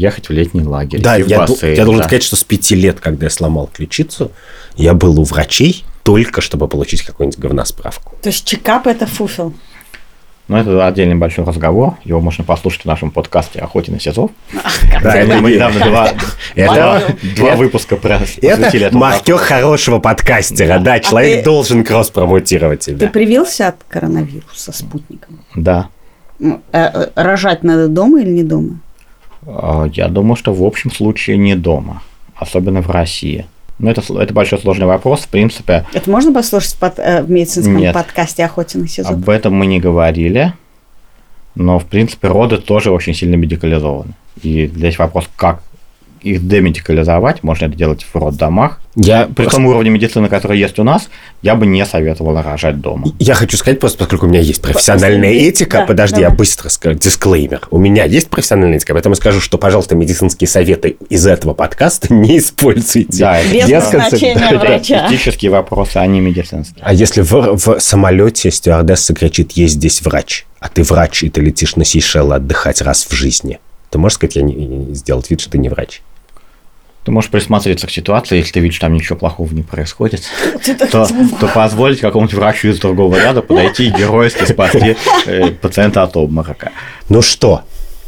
Да, я должен сказать, что с 5 лет, когда я сломал ключицу, я был у врачей только чтобы получить какую-нибудь говносправку. То есть чекап – это фуфел? Это отдельный большой разговор. Его можно послушать в нашем подкасте «Охотин и Сизов». Мы недавно два выпуска посвятили этому. Это маркер хорошего подкастера. Да, человек должен кросс-промотировать себя. Ты привился от коронавируса спутником? Да. Рожать надо дома или не дома? Я думаю, что в общем случае не дома. Особенно в России. Это большой сложный вопрос, в принципе. Это можно послушать в медицинском подкасте «Охотин и Сизов»? Об этом мы не говорили, но, в принципе, роды тоже очень сильно медикализованы. И здесь вопрос, как их демедикализовать, можно это делать в роддомах. При том уровне медицины, который есть у нас, я бы не советовал рожать дома. Я хочу сказать, просто поскольку у меня есть профессиональная этика, я быстро скажу, дисклеймер. У меня есть профессиональная этика, поэтому скажу, что, пожалуйста, медицинские советы из этого подкаста не используйте. Да, без назначения врача. Этические вопросы, а не медицинские. А если в самолете стюардесса кричит: «Есть здесь врач», а ты врач, и ты летишь на Сейшелы отдыхать раз в жизни, ты можешь сказать, сделать вид, что ты не врач? Ты можешь присмотреться к ситуации, если ты видишь, что там ничего плохого не происходит, то позволить какому-нибудь врачу из другого ряда подойти и геройски спасти пациента от обморока. Ну что,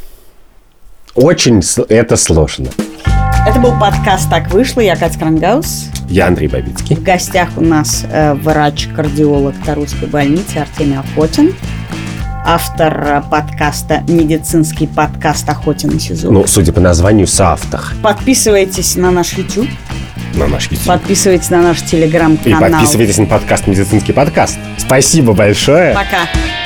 очень это сложно. Это был подкаст «Так вышло». Я Катя Крангаус. Я Андрей Бабицкий. В гостях у нас врач-кардиолог Тарусской больницы Артемий Охотин. Автор подкаста, медицинский подкаст «Охотин и Сизов». Судя по названию, соавтор. Подписывайтесь на наш YouTube. Подписывайтесь на наш телеграм-канал. И подписывайтесь на подкаст «Медицинский подкаст». Спасибо большое. Пока.